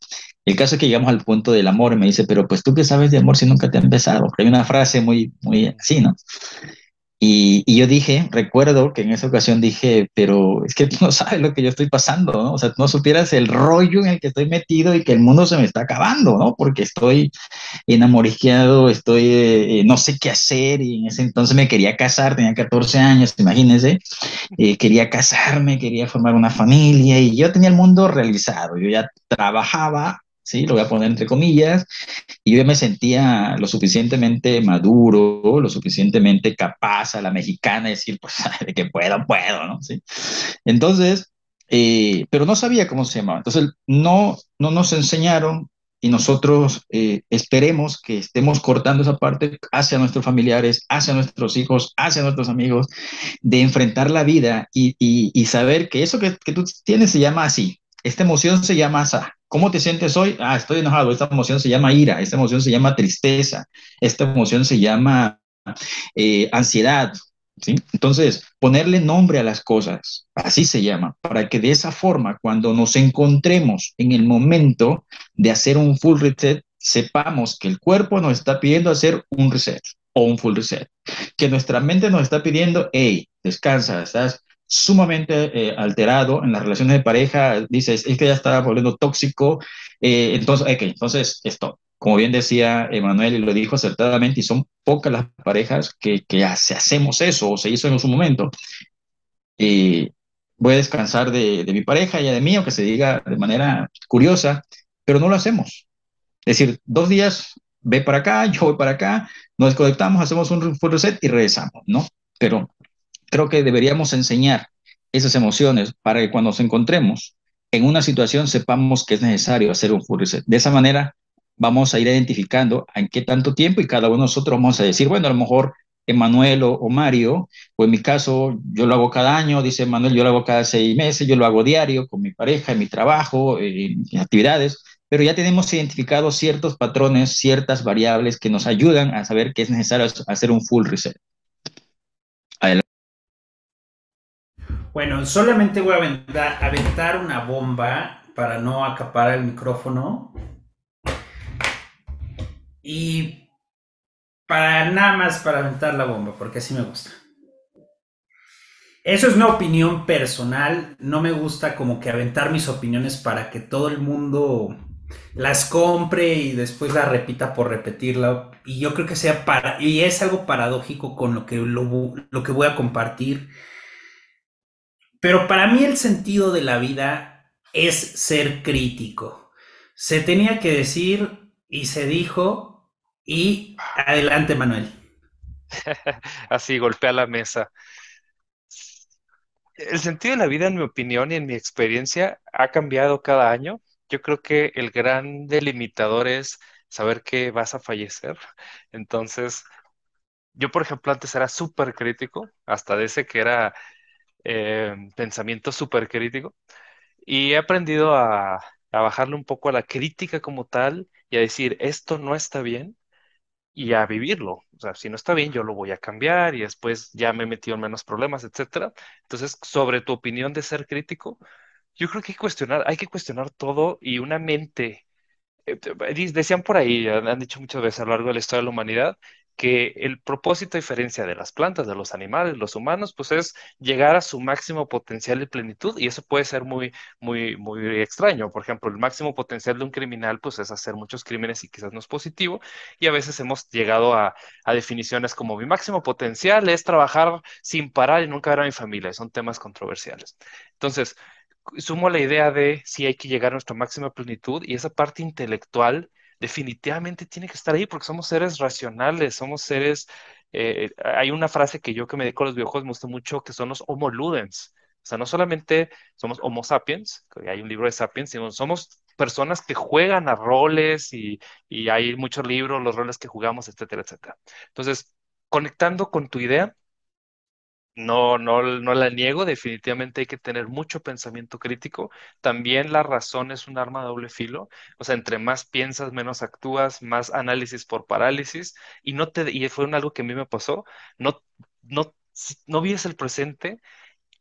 Speaker 3: El caso es que llegamos al punto del amor y me dice, pero pues tú qué sabes de amor si nunca te ha empezado. Porque hay una frase muy, muy
Speaker 1: Mm.
Speaker 3: así, ¿no? Y, y yo dije, recuerdo que en esa ocasión dije, pero es que tú no sabes lo que yo estoy pasando, ¿no? O sea, tú no supieras el rollo en el que estoy metido y que el mundo se me está acabando, ¿no? Porque estoy enamorisqueado, estoy, eh, eh, no sé qué hacer y en ese entonces me quería casar, tenía catorce años, imagínense, eh, quería casarme, quería formar una familia y yo tenía el mundo realizado, yo ya trabajaba, sí, lo voy a poner entre comillas, y yo me sentía lo suficientemente maduro, lo suficientemente capaz a la mexicana, de decir, pues, de que puedo, puedo, ¿no? ¿Sí? Entonces, eh, pero no sabía cómo se llamaba. Entonces, no, no nos enseñaron y nosotros eh, esperemos que estemos cortando esa parte hacia nuestros familiares, hacia nuestros hijos, hacia nuestros amigos, de enfrentar la vida y, y, y saber que eso que, que, tú tienes se llama así, esta emoción se llama asa. ¿Cómo te sientes hoy? Ah, estoy enojado. Esta emoción se llama ira, esta emoción se llama tristeza, esta emoción se llama eh, ansiedad. ¿Sí? Entonces, ponerle nombre a las cosas, así se llama, para que de esa forma, cuando nos encontremos en el momento de hacer un full reset, sepamos que el cuerpo nos está pidiendo hacer un reset o un full reset, que nuestra mente nos está pidiendo, hey, descansa, estás sumamente eh, alterado en las relaciones de pareja, dices, es que ya está volviendo tóxico, eh, entonces, ok, entonces, esto, como bien decía Emanuel y lo dijo acertadamente, y son pocas las parejas que, que hace, hacemos eso o se hizo en su momento. Y voy a descansar de, de mi pareja y de mí, aunque se diga de manera curiosa, pero no lo hacemos. Es decir, dos días, ve para acá, yo voy para acá, nos desconectamos, hacemos un full reset y regresamos, ¿no? Pero creo que deberíamos enseñar esas emociones para que cuando nos encontremos en una situación sepamos que es necesario hacer un full reset. De esa manera vamos a ir identificando en qué tanto tiempo y cada uno de nosotros vamos a decir, bueno, a lo mejor Emanuel o, o Mario, o en mi caso yo lo hago cada año, dice Emanuel, yo lo hago cada seis meses, yo lo hago diario con mi pareja, en mi trabajo, en, en actividades, pero ya tenemos identificados ciertos patrones, ciertas variables que nos ayudan a saber que es necesario hacer un full reset. Adelante.
Speaker 2: Bueno, solamente voy a aventar, aventar una bomba para no acaparar el micrófono y para nada más para aventar la bomba, porque así me gusta. Eso es una opinión personal, no me gusta como que aventar mis opiniones para que todo el mundo las compre y después la repita por repetirla. Y yo creo que sea para, y es algo paradójico con lo que, lo, lo que voy a compartir. Pero para mí el sentido de la vida es ser crítico. Se tenía que decir y se dijo y adelante Manuel.
Speaker 1: Así, golpea la mesa. El sentido de la vida, en mi opinión y en mi experiencia, ha cambiado cada año. Yo creo que el gran delimitador es saber que vas a fallecer. Entonces, yo, por ejemplo, antes era súper crítico, hasta de ese que era eh, pensamiento súper crítico, y he aprendido a, a bajarle un poco a la crítica como tal y a decir, esto no está bien y a vivirlo. O sea, si no está bien, yo lo voy a cambiar y después ya me he metido en menos problemas, etcétera. Entonces, sobre tu opinión de ser crítico, yo creo que hay que cuestionar, hay que cuestionar todo y una mente eh, di- decían por ahí, han han dicho muchas veces a lo largo de la historia de la humanidad, que el propósito, a diferencia de las plantas, de los animales, los humanos, pues es llegar a su máximo potencial y plenitud, y eso puede ser muy, muy, muy extraño. Por ejemplo, el máximo potencial de un criminal, pues es hacer muchos crímenes y quizás no es positivo, y a veces hemos llegado a, a definiciones como mi máximo potencial es trabajar sin parar y nunca ver a mi familia, y son temas controversiales. Entonces, sumo la idea de si hay que llegar a nuestra máxima plenitud y esa parte intelectual definitivamente tiene que estar ahí porque somos seres racionales, somos seres, eh, hay una frase que yo que me dedico a los videojuegos me gusta mucho que son los Homo Ludens. O sea, no solamente somos Homo sapiens, que hay un libro de sapiens, sino somos personas que juegan a roles y, y hay muchos libros, los roles que jugamos, etcétera, etcétera. Entonces, conectando con tu idea, no, no, no la niego, definitivamente hay que tener mucho pensamiento crítico. También la razón es un arma de doble filo. O sea, entre más piensas, menos actúas, más análisis por parálisis. Y no te, y fue un algo que a mí me pasó. No, no, si- no vives el presente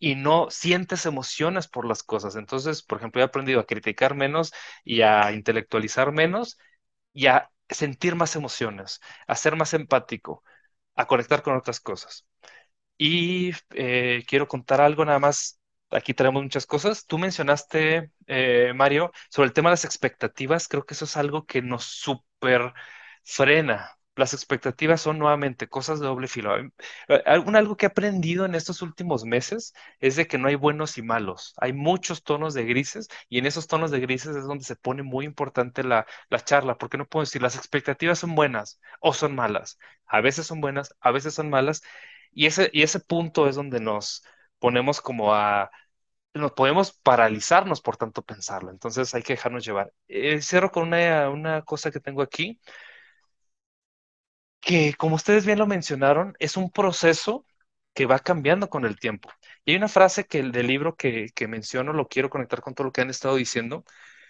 Speaker 1: y no sientes emociones por las cosas. Entonces, por ejemplo, he aprendido a criticar menos y a intelectualizar menos y a sentir más emociones, a ser más empático, a conectar con otras cosas. Y eh, quiero contar algo nada más. Aquí tenemos muchas cosas. Tú mencionaste, eh, Mario, sobre el tema de las expectativas. Creo que eso es algo que nos super frena. Las expectativas son nuevamente cosas de doble filo. Eh, algún- algo que he aprendido en estos últimos meses es de que no hay buenos y malos. Hay muchos tonos de grises y en esos tonos de grises es donde se pone muy importante la, la charla, porque no puedo decir las expectativas son buenas o son malas. A veces son buenas, a veces son malas y ese, y ese punto es donde nos ponemos como a, nos podemos paralizarnos por tanto pensarlo. Entonces hay que dejarnos llevar. Eh, cierro con una, una cosa que tengo aquí, que como ustedes bien lo mencionaron, es un proceso que va cambiando con el tiempo. Y hay una frase que el del libro que, que menciono, lo quiero conectar con todo lo que han estado diciendo,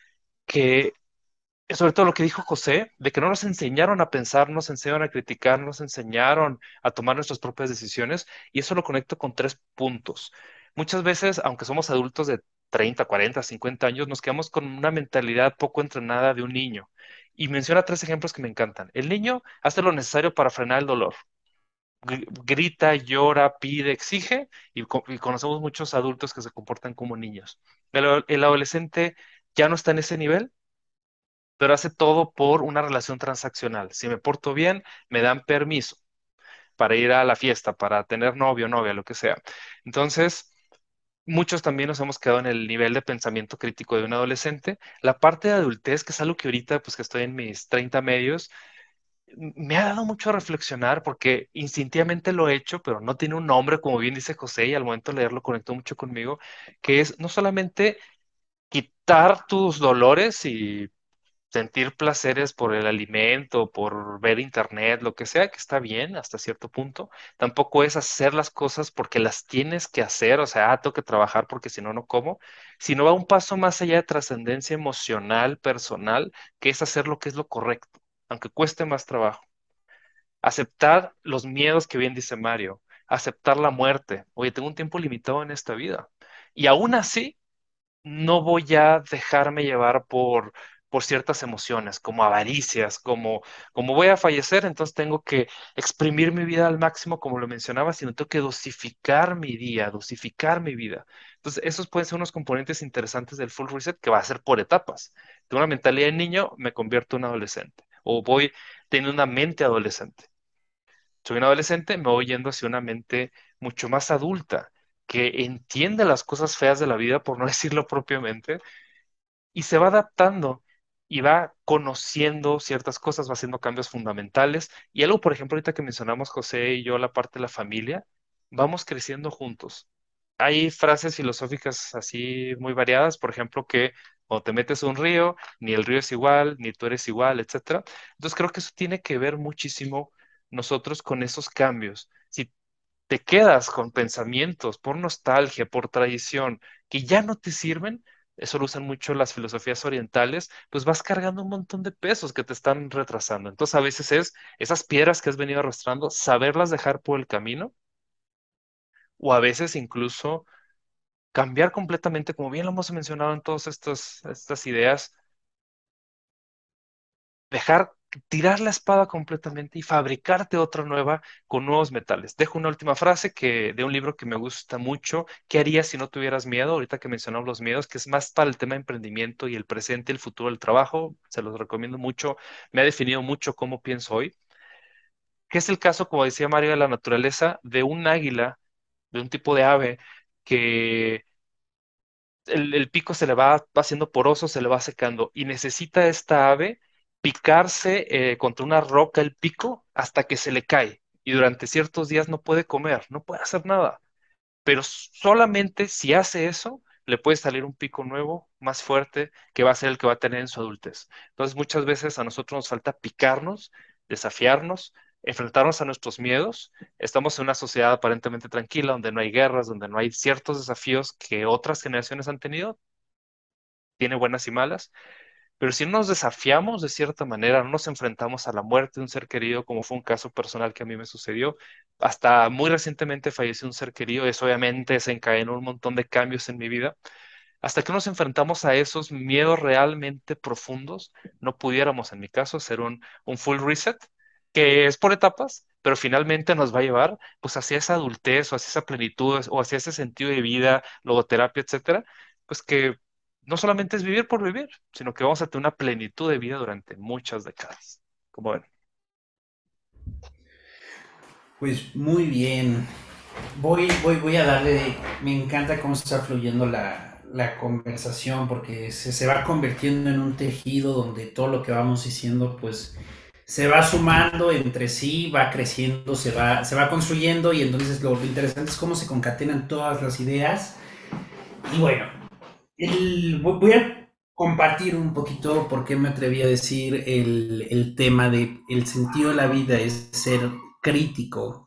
Speaker 1: que sobre todo lo que dijo José, de que no nos enseñaron a pensar, nos enseñaron a criticar, nos enseñaron a tomar nuestras propias decisiones, y eso lo conecto con tres puntos. Muchas veces, aunque somos adultos de treinta, cuarenta, cincuenta años, nos quedamos con una mentalidad poco entrenada de un niño. Y menciona tres ejemplos que me encantan. El niño hace lo necesario para frenar el dolor. Gr- Grita, llora, pide, exige, y, co- y conocemos muchos adultos que se comportan como niños. El, el adolescente ya no está en ese nivel, pero hace todo por una relación transaccional. Si me porto bien, me dan permiso para ir a la fiesta, para tener novio, novia, lo que sea. Entonces, muchos también nos hemos quedado en el nivel de pensamiento crítico de un adolescente. La parte de adultez, que es algo que ahorita, pues que estoy en mis treinta medios, m- me ha dado mucho a reflexionar porque instintivamente lo he hecho, pero no tiene un nombre, como bien dice José, y al momento de leerlo conectó mucho conmigo, que es no solamente quitar tus dolores y sentir placeres por el alimento, por ver internet, lo que sea, que está bien hasta cierto punto. Tampoco es hacer las cosas porque las tienes que hacer, o sea, ah, tengo que trabajar porque si no, no como, sino va un paso más allá de trascendencia emocional, personal, que es hacer lo que es lo correcto, aunque cueste más trabajo. Aceptar los miedos que bien dice Mario, aceptar la muerte. Oye, tengo un tiempo limitado en esta vida. Y aún así, no voy a dejarme llevar por, por ciertas emociones, como avaricias, como, como voy a fallecer, entonces tengo que exprimir mi vida al máximo, como lo mencionaba, sino tengo que dosificar mi día, dosificar mi vida. Entonces, esos pueden ser unos componentes interesantes del full reset que va a ser por etapas. De una mentalidad de niño me convierto en un adolescente, o voy teniendo una mente adolescente. Soy un adolescente, me voy yendo hacia una mente mucho más adulta, que entiende las cosas feas de la vida, por no decirlo propiamente, y se va adaptando y va conociendo ciertas cosas, va haciendo cambios fundamentales. Y algo, por ejemplo, ahorita que mencionamos José y yo, la parte de la familia, vamos creciendo juntos. Hay frases filosóficas así muy variadas, por ejemplo, que cuando te metes a un río, ni el río es igual, ni tú eres igual, etcétera. Entonces creo que eso tiene que ver muchísimo nosotros con esos cambios. Si te quedas con pensamientos por nostalgia, por tradición, que ya no te sirven, eso lo usan mucho las filosofías orientales, pues vas cargando un montón de pesos que te están retrasando. Entonces a veces es esas piedras que has venido arrastrando, saberlas dejar por el camino, o a veces incluso cambiar completamente, como bien lo hemos mencionado en todas estas, estas ideas, dejar, tirar la espada completamente y fabricarte otra nueva con nuevos metales. Dejo una última frase que, de un libro que me gusta mucho. ¿Qué harías si no tuvieras miedo? Ahorita que mencionamos los miedos, que es más para el tema de emprendimiento y el presente y el futuro del trabajo. Se los recomiendo mucho. Me ha definido mucho cómo pienso hoy. Que es el caso, como decía Mario, de la naturaleza, de un águila, de un tipo de ave que el, el pico se le va, va haciendo poroso, se le va secando y necesita esta ave picarse eh, contra una roca el pico hasta que se le cae y durante ciertos días no puede comer, no puede hacer nada, pero solamente si hace eso le puede salir un pico nuevo, más fuerte, que va a ser el que va a tener en su adultez. Entonces muchas veces a nosotros nos falta picarnos, desafiarnos, enfrentarnos a nuestros miedos. Estamos en una sociedad aparentemente tranquila, donde no hay guerras, donde no hay ciertos desafíos que otras generaciones han tenido, tiene buenas y malas, Pero si no nos desafiamos de cierta manera, no nos enfrentamos a la muerte de un ser querido, como fue un caso personal que a mí me sucedió, hasta muy recientemente falleció un ser querido, y eso obviamente desencadenó un montón de cambios en mi vida. Hasta que nos enfrentamos a esos miedos realmente profundos, no pudiéramos, en mi caso, hacer un, un full reset, que es por etapas, pero finalmente nos va a llevar pues hacia esa adultez o hacia esa plenitud o hacia ese sentido de vida, logoterapia, etcétera, pues que no solamente es vivir por vivir, sino que vamos a tener una plenitud de vida durante muchas décadas. Como ven.
Speaker 2: Pues muy bien. Voy, voy, voy a darle. Me encanta cómo está fluyendo la, la conversación porque se, se va convirtiendo en un tejido donde todo lo que vamos diciendo, pues se va sumando entre sí, va creciendo, se va, se va construyendo y entonces lo, lo interesante es cómo se concatenan todas las ideas. Y bueno, el, voy a compartir un poquito por qué me atreví a decir el, el tema de el sentido de la vida es ser crítico.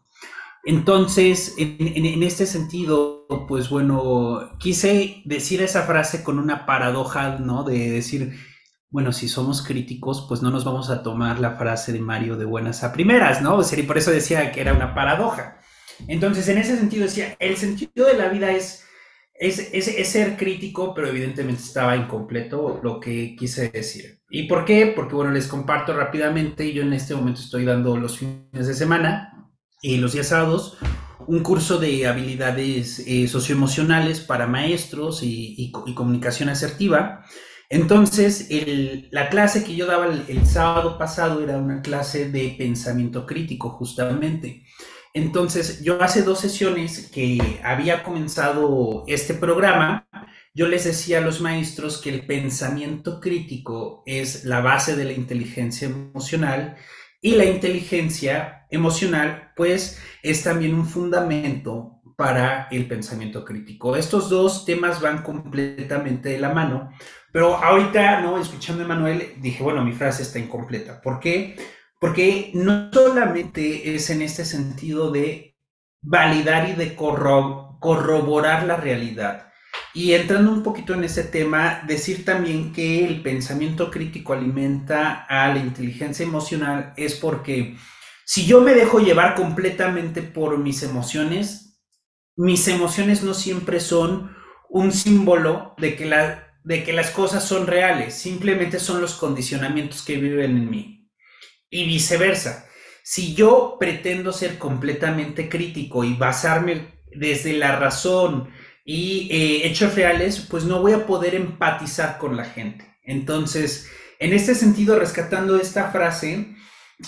Speaker 2: Entonces, en, en, en, este sentido, pues bueno, quise decir esa frase con una paradoja, ¿no? De decir, bueno, si somos críticos, pues no nos vamos a tomar la frase de Mario de buenas a primeras, ¿no? O sea, y por eso decía que era una paradoja. Entonces, en ese sentido decía, el sentido de la vida es, es, es, es ser crítico, pero evidentemente estaba incompleto lo que quise decir. ¿Y por qué? Porque, bueno, les comparto rápidamente, yo en este momento estoy dando los fines de semana, y los días sábados, un curso de habilidades eh, socioemocionales para maestros y, y, y comunicación asertiva. Entonces, el, la clase que yo daba el, el sábado pasado era una clase de pensamiento crítico, justamente. Entonces, yo hace dos sesiones que había comenzado este programa, yo les decía a los maestros que el pensamiento crítico es la base de la inteligencia emocional y la inteligencia emocional, pues, es también un fundamento para el pensamiento crítico. Estos dos temas van completamente de la mano, pero ahorita, ¿no? Escuchando a Emanuel, dije, bueno, mi frase está incompleta. ¿Por qué? Porque no solamente es en este sentido de validar y de corro corroborar la realidad. Y entrando un poquito en ese tema, decir también que el pensamiento crítico alimenta a la inteligencia emocional es porque si yo me dejo llevar completamente por mis emociones, mis emociones no siempre son un símbolo de que, la, de que las cosas son reales, simplemente son los condicionamientos que viven en mí. Y viceversa. Si yo pretendo ser completamente crítico y basarme desde la razón y eh, hechos reales, pues no voy a poder empatizar con la gente. Entonces, en este sentido, rescatando esta frase,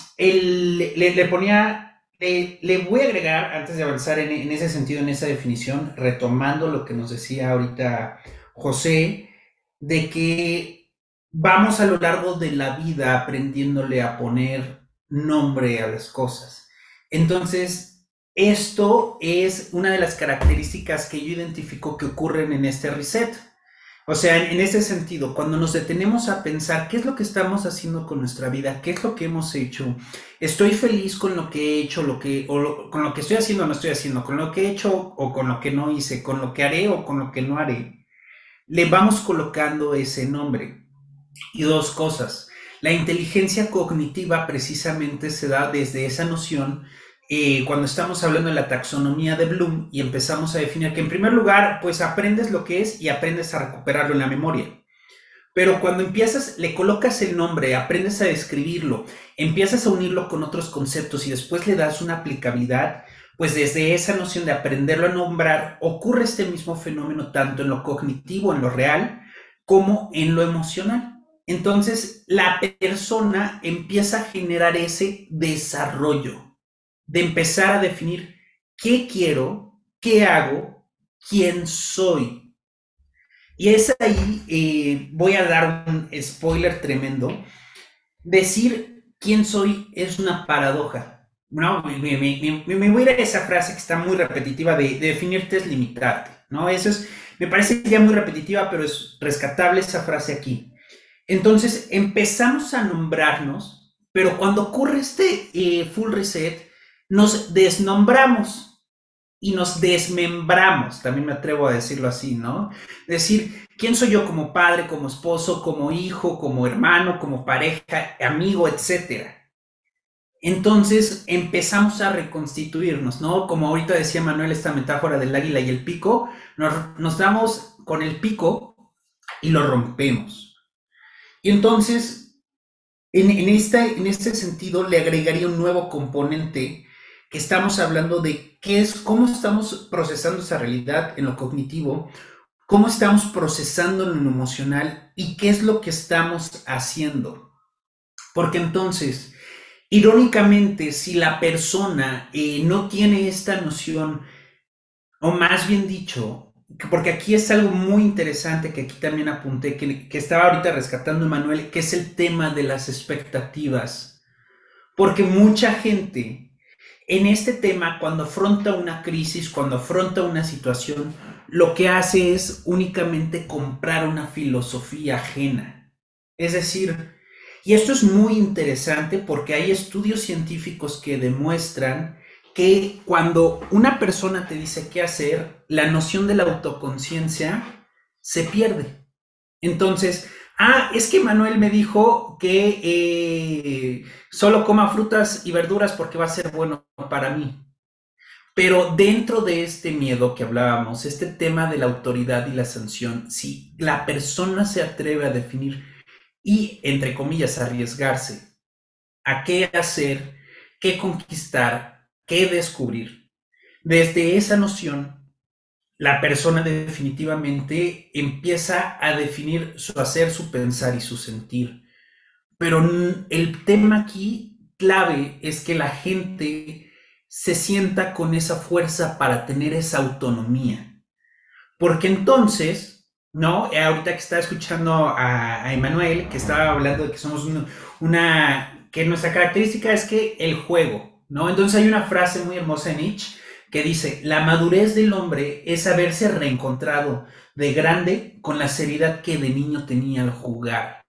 Speaker 2: él, le, le, ponía, le, le, voy a agregar, antes de avanzar en, en ese sentido, en esa definición, retomando lo que nos decía ahorita José, de que vamos a lo largo de la vida aprendiéndole a poner nombre a las cosas. Entonces, esto es una de las características que yo identifico que ocurren en este reset. O sea, en, en ese sentido, cuando nos detenemos a pensar qué es lo que estamos haciendo con nuestra vida, qué es lo que hemos hecho, estoy feliz con lo que he hecho, lo que, o lo, con lo que estoy haciendo o no estoy haciendo, con lo que he hecho o con lo que no hice, con lo que haré o con lo que no haré, le vamos colocando ese nombre. Y dos cosas, la inteligencia cognitiva precisamente se da desde esa noción eh, cuando estamos hablando de la taxonomía de Bloom y empezamos a definir que en primer lugar, pues aprendes lo que es y aprendes a recuperarlo en la memoria. Pero cuando empiezas, le colocas el nombre, aprendes a describirlo, empiezas a unirlo con otros conceptos y después le das una aplicabilidad, pues desde esa noción de aprenderlo a nombrar, ocurre este mismo fenómeno tanto en lo cognitivo, en lo real, como en lo emocional. Entonces, la persona empieza a generar ese desarrollo de empezar a definir qué quiero, qué hago, quién soy. Y es ahí, eh, voy a dar un spoiler tremendo, decir quién soy es una paradoja. No, me, me, me, me voy a ir a esa frase que está muy repetitiva de, de definirte es limitarte, ¿no? Eso es, me parece ya muy repetitiva, pero es rescatable esa frase aquí. Entonces empezamos a nombrarnos, pero cuando ocurre este eh, full reset, nos desnombramos. y nos desmembramos, también me atrevo a decirlo así, ¿no? Decir, ¿quién soy yo como padre, como esposo, como hijo, como hermano, como pareja, amigo, etcétera? Entonces empezamos a reconstituirnos, ¿no? Como ahorita decía Manuel, esta metáfora del águila y el pico, nos, nos damos con el pico y lo rompemos. Y entonces, en, en, esta, en este sentido, le agregaría un nuevo componente que estamos hablando de qué es, cómo estamos procesando esa realidad en lo cognitivo, cómo estamos procesando en lo emocional y qué es lo que estamos haciendo. Porque entonces, irónicamente, si la persona eh, no tiene esta noción, o más bien dicho, porque aquí es algo muy interesante que aquí también apunté, que, que estaba ahorita rescatando Emanuel, que es el tema de las expectativas. Porque mucha gente en este tema, cuando afronta una crisis, cuando afronta una situación, lo que hace es únicamente comprar una filosofía ajena. Es decir, y esto es muy interesante porque hay estudios científicos que demuestran que cuando una persona te dice qué hacer, la noción de la autoconciencia se pierde. Entonces, ah, es que Manuel me dijo que eh, solo coma frutas y verduras porque va a ser bueno para mí. Pero dentro de este miedo que hablábamos, este tema de la autoridad y la sanción, si la persona se atreve a definir y, entre comillas, arriesgarse a qué hacer, qué conquistar, qué descubrir, desde esa noción la persona definitivamente empieza a definir su hacer, su pensar y su sentir. Pero el tema aquí clave es que la gente se sienta con esa fuerza para tener esa autonomía. Porque entonces, ¿no? Ahorita que estaba escuchando a, a Emanuel, que estaba hablando de que somos una, una, que nuestra característica es que el juego, ¿no? Entonces hay una frase muy hermosa en Nietzsche que dice, la madurez del hombre es haberse reencontrado de grande con la seriedad que de niño tenía al jugar.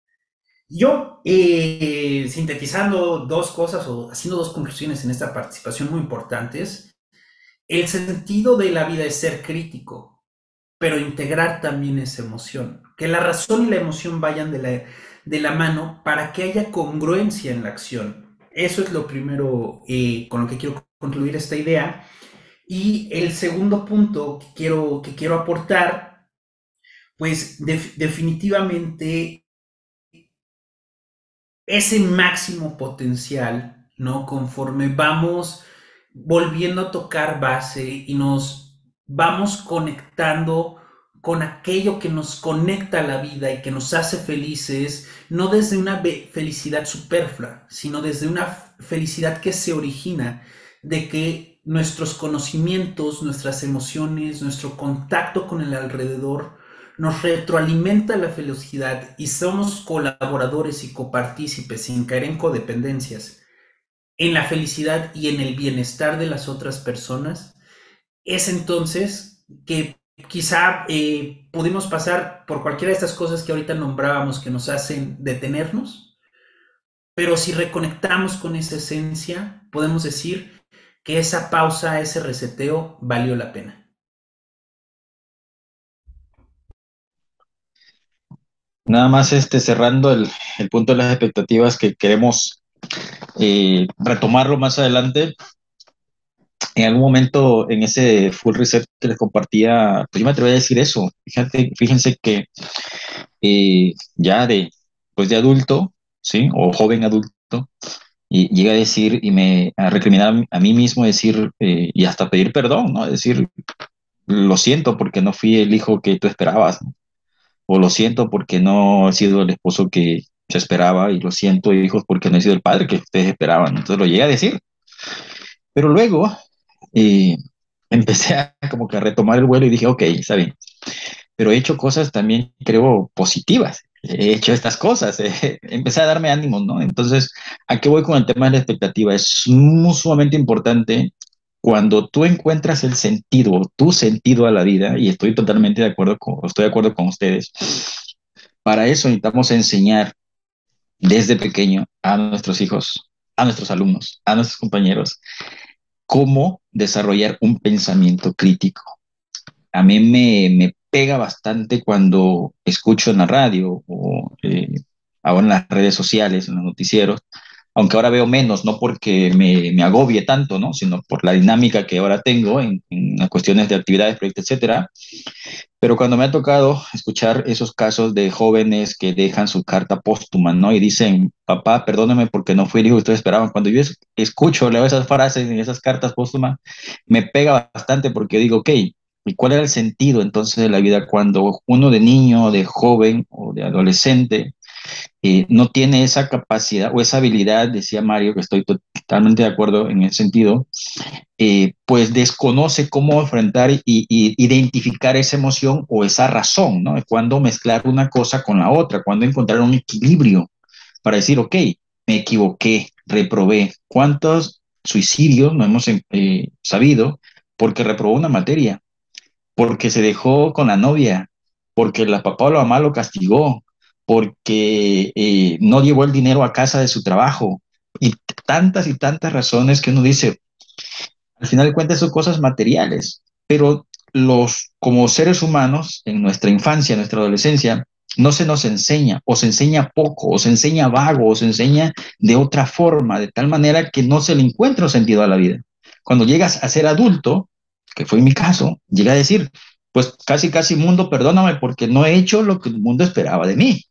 Speaker 2: Yo, eh, sintetizando dos cosas o haciendo dos conclusiones en esta participación muy importantes, el sentido de la vida es ser crítico, pero integrar también esa emoción, que la razón y la emoción vayan de la, de la mano para que haya congruencia en la acción. Eso es lo primero eh, con lo que quiero concluir esta idea. Y el segundo punto que quiero, que quiero aportar, pues de, definitivamente ese máximo potencial, ¿no? Conforme vamos volviendo a tocar base y nos vamos conectando con aquello que nos conecta a la vida y que nos hace felices, no desde una felicidad superflua, sino desde una felicidad que se origina de que nuestros conocimientos, nuestras emociones, nuestro contacto con el alrededor nos retroalimenta la felicidad y somos colaboradores y copartícipes sin caer en codependencias en la felicidad y en el bienestar de las otras personas, es entonces que quizá eh, pudimos pasar por cualquiera de estas cosas que ahorita nombrábamos que nos hacen detenernos, pero si reconectamos con esa esencia, podemos decir que esa pausa, ese reseteo valió la pena.
Speaker 3: Nada más este, cerrando el, el punto de las expectativas que queremos eh, retomarlo más adelante. En algún momento en ese full reset que les compartía, pues yo me atreví a decir eso. Fíjate, fíjense que eh, ya de, pues de adulto, ¿sí? O joven adulto, y llega a decir y me a recriminar a, a mí mismo, decir eh, y hasta pedir perdón, ¿no? Decir, lo siento porque no fui el hijo que tú esperabas, ¿no? O lo siento porque no he sido el esposo que se esperaba, y lo siento, hijos, porque no he sido el padre que ustedes esperaban. Entonces lo llegué a decir. Pero luego eh, empecé a como que a retomar el vuelo y dije, ok, está bien. Pero he hecho cosas también, creo, positivas. He hecho estas cosas, eh, empecé a darme ánimos, ¿no? Entonces, ¿a qué voy con el tema de la expectativa? Es muy sumamente importante cuando tú encuentras el sentido, tu sentido a la vida, y estoy totalmente de acuerdo con, estoy de acuerdo con ustedes. Para eso necesitamos enseñar desde pequeño a nuestros hijos, a nuestros alumnos, a nuestros compañeros, cómo desarrollar un pensamiento crítico. A mí me, me pega bastante cuando escucho en la radio o eh, ahora en las redes sociales, en los noticieros, aunque ahora veo menos, no porque me, me agobie tanto, ¿no? Sino por la dinámica que ahora tengo en, en las cuestiones de actividades, proyectos, etcétera. Pero cuando me ha tocado escuchar esos casos de jóvenes que dejan su carta póstuma, ¿no? Y dicen, papá, perdóneme porque no fui el hijo que ustedes esperaban. Cuando yo es- escucho, leo esas frases en esas cartas póstumas, me pega bastante porque digo, ok, ¿y cuál era el sentido entonces de la vida cuando uno de niño, de joven o de adolescente eh, no tiene esa capacidad o esa habilidad, decía Mario, que estoy totalmente de acuerdo en ese sentido, eh, pues desconoce cómo enfrentar y, y, identificar esa emoción o esa razón, ¿no? Cuándo mezclar una cosa con la otra, cuándo encontrar un equilibrio para decir, ok, me equivoqué, reprobé. ¿Cuántos suicidios no hemos eh, sabido porque reprobó una materia? Porque se dejó con la novia, porque la papá o la mamá lo castigó, porque eh, no llevó el dinero a casa de su trabajo, y tantas y tantas razones que uno dice, al final de cuentas son cosas materiales, pero los, como seres humanos, en nuestra infancia, en nuestra adolescencia, no se nos enseña, o se enseña poco, o se enseña vago, o se enseña de otra forma, de tal manera que no se le encuentra sentido a la vida. Cuando llegas a ser adulto, que fue mi caso, llega a decir, pues casi, casi mundo, perdóname porque no he hecho lo que el mundo esperaba de mí.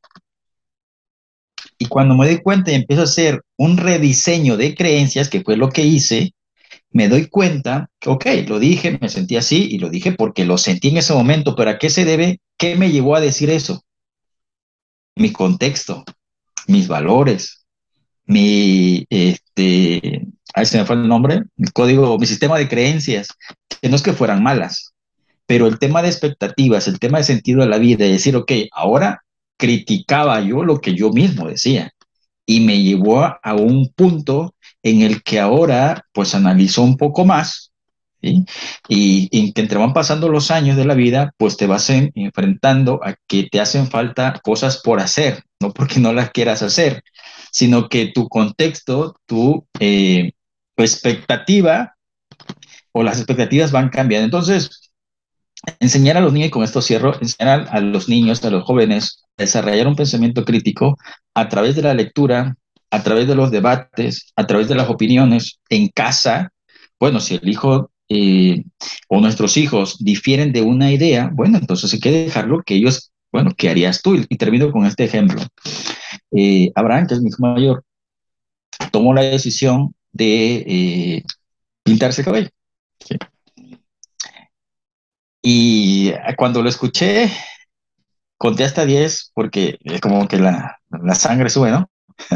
Speaker 3: Y cuando me doy cuenta y empiezo a hacer un rediseño de creencias, que fue lo que hice, me doy cuenta que, ok, lo dije, me sentí así y lo dije porque lo sentí en ese momento, pero ¿a qué se debe? ¿Qué me llevó a decir eso? Mi contexto, mis valores, mi, este, ahí se me fue el nombre, el código, mi sistema de creencias, que no es que fueran malas, pero el tema de expectativas, el tema de sentido de la vida, de decir, ok, ahora criticaba yo lo que yo mismo decía y me llevó a, a un punto en el que ahora pues analizó un poco más, ¿sí? Y, y que entre van pasando los años de la vida, pues te vas en, enfrentando a que te hacen falta cosas por hacer, no porque no las quieras hacer, sino que tu contexto, tu eh, expectativa o las expectativas van cambiando. Entonces, enseñar a los niños, y con esto cierro, enseñar a, a los niños, a los jóvenes, a desarrollar un pensamiento crítico a través de la lectura, a través de los debates, a través de las opiniones, en casa. Bueno, si el hijo eh, o nuestros hijos difieren de una idea, bueno, entonces hay que dejarlo que ellos, bueno, ¿qué harías tú? Y termino con este ejemplo. Eh, Abraham, que es mi hijo mayor, tomó la decisión de eh, pintarse el cabello. ¿Sí? Y cuando lo escuché, conté hasta diez porque es como que la, la sangre sube, ¿no?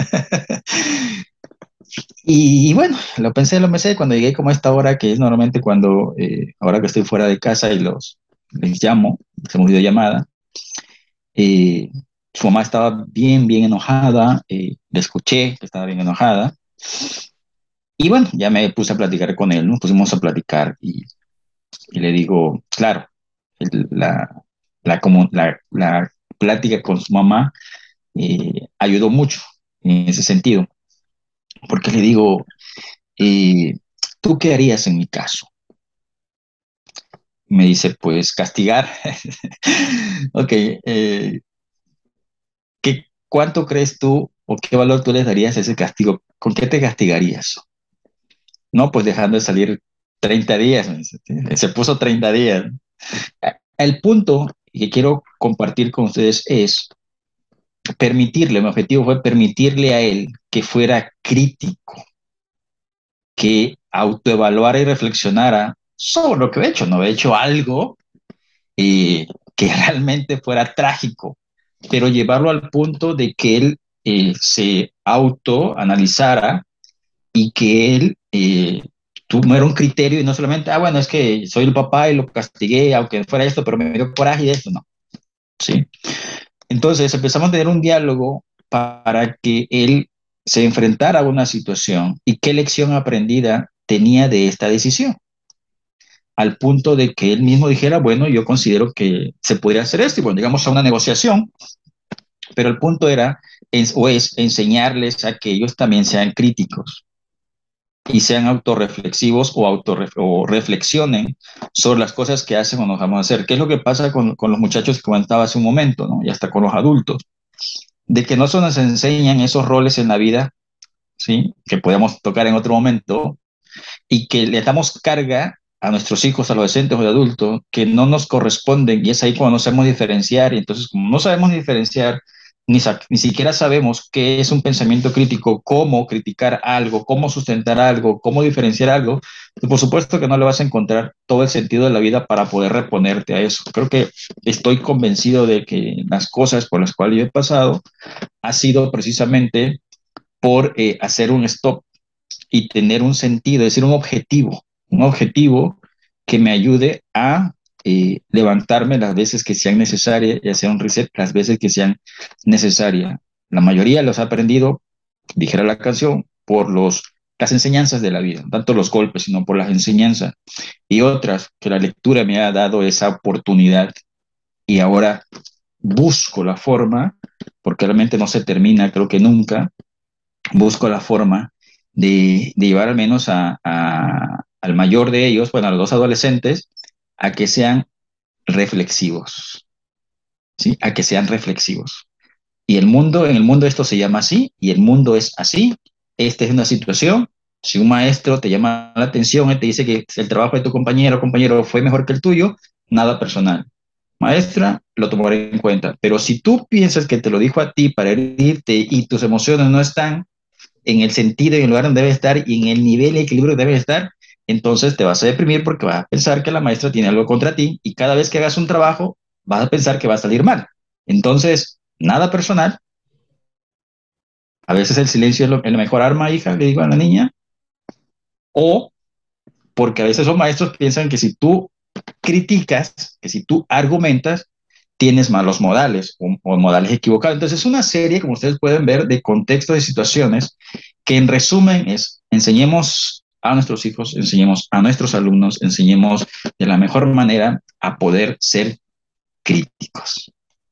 Speaker 3: Y, y bueno, lo pensé, lo pensé, cuando llegué como a esta hora, que es normalmente cuando, eh, ahora que estoy fuera de casa y los les llamo, hacemos videollamada, eh, su mamá estaba bien, bien enojada, eh, le escuché que estaba bien enojada, y bueno, ya me puse a platicar con él, nos pusimos a platicar y, y le digo, claro, el- la, la, como, la, la plática con su mamá eh, ayudó mucho en ese sentido, porque le digo, eh, ¿tú qué harías en mi caso? Me dice, pues castigar. Ok, eh, ¿qué, cuánto crees tú o qué valor tú les darías a ese castigo? ¿Con qué te castigarías? No, pues dejando de salir treinta días. Me dice. Se puso treinta días. El punto que quiero compartir con ustedes es permitirle, mi objetivo fue permitirle a él que fuera crítico, que autoevaluara y reflexionara sobre lo que he hecho. No he hecho algo eh, que realmente fuera trágico, pero llevarlo al punto de que él eh, se autoanalizara y que él eh, tuviera un criterio y no solamente, ah, bueno, es que soy el papá y lo castigué, aunque fuera esto, pero me dio coraje y esto, no. ¿Sí? Entonces empezamos a tener un diálogo para que él se enfrentara a una situación y qué lección aprendida tenía de esta decisión, al punto de que él mismo dijera, bueno, yo considero que se podría hacer esto y bueno, llegamos a una negociación, pero el punto era, es, o es enseñarles a que ellos también sean críticos, y sean autorreflexivos o, autorref o reflexionen sobre las cosas que hacen o nos vamos a hacer. ¿Qué es lo que pasa con, con los muchachos que comentaba hace un momento, ¿no? Y hasta con los adultos? De que no solo nos enseñan esos roles en la vida, ¿sí? Que podemos tocar en otro momento, y que le damos carga a nuestros hijos, adolescentes o de adultos, que no nos corresponden, y es ahí cuando no sabemos diferenciar, y entonces como no sabemos diferenciar, ni, ni siquiera sabemos qué es un pensamiento crítico, cómo criticar algo, cómo sustentar algo, cómo diferenciar algo, pues por supuesto que no le vas a encontrar todo el sentido de la vida para poder reponerte a eso. Creo que estoy convencido de que las cosas por las cuales yo he pasado ha sido precisamente por eh, hacer un stop y tener un sentido, es decir, un objetivo, un objetivo que me ayude a eh, levantarme las veces que sean necesarias y hacer un reset las veces que sean necesarias. La mayoría los ha aprendido, dijera la canción, por los, las enseñanzas de la vida, no tanto los golpes, sino por las enseñanzas. Y otras que la lectura me ha dado esa oportunidad y ahora busco la forma, porque realmente no se termina, creo que nunca, busco la forma de, de llevar al menos a, a, al mayor de ellos, bueno, a los dos adolescentes, a que sean reflexivos, ¿sí? A que sean reflexivos. Y el mundo, en el mundo esto se llama así, y el mundo es así. Esta es una situación. Si un maestro te llama la atención y te dice que el trabajo de tu compañero o compañero fue mejor que el tuyo, nada personal. Maestra, lo tomaré en cuenta. Pero si tú piensas que te lo dijo a ti para herirte y tus emociones no están en el sentido y en el lugar donde debe estar y en el nivel y equilibrio que debe estar, entonces te vas a deprimir porque vas a pensar que la maestra tiene algo contra ti y cada vez que hagas un trabajo vas a pensar que va a salir mal. Entonces, nada personal. A veces el silencio es, lo, es la mejor arma, hija, le digo a la niña. O porque a veces los maestros piensan que si tú criticas, que si tú argumentas, tienes malos modales o, o modales equivocados. Entonces es una serie, como ustedes pueden ver, de contextos de situaciones que en resumen es, enseñemos a nuestros hijos, enseñemos a nuestros alumnos, enseñemos de la mejor manera a poder ser críticos.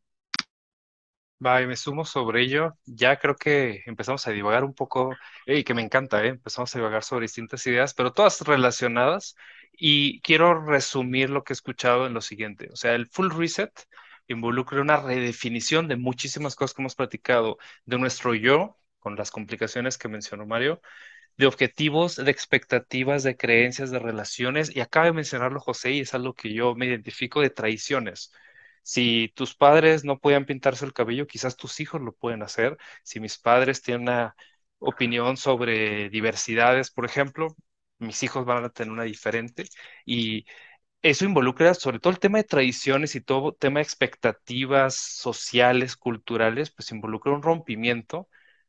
Speaker 1: Va, y me sumo sobre ello. Ya creo que empezamos a divagar un poco, y que me encanta, ¿eh? Empezamos a divagar sobre distintas ideas, pero todas relacionadas. Y quiero resumir lo que he escuchado en lo siguiente. O sea, el full reset involucra una redefinición de muchísimas cosas que hemos platicado, de nuestro yo, con las complicaciones que mencionó Mario, de objetivos, de expectativas, de creencias, de relaciones, y acaba de mencionarlo José, y es algo que yo me identifico, de traiciones. Si tus padres no podían pintarse el cabello, quizás tus hijos lo pueden hacer. Si mis padres tienen una opinión sobre diversidades, por ejemplo, mis hijos van a tener una diferente. Y eso involucra sobre todo el tema de tradiciones y todo tema de expectativas sociales, culturales, pues involucra un rompimiento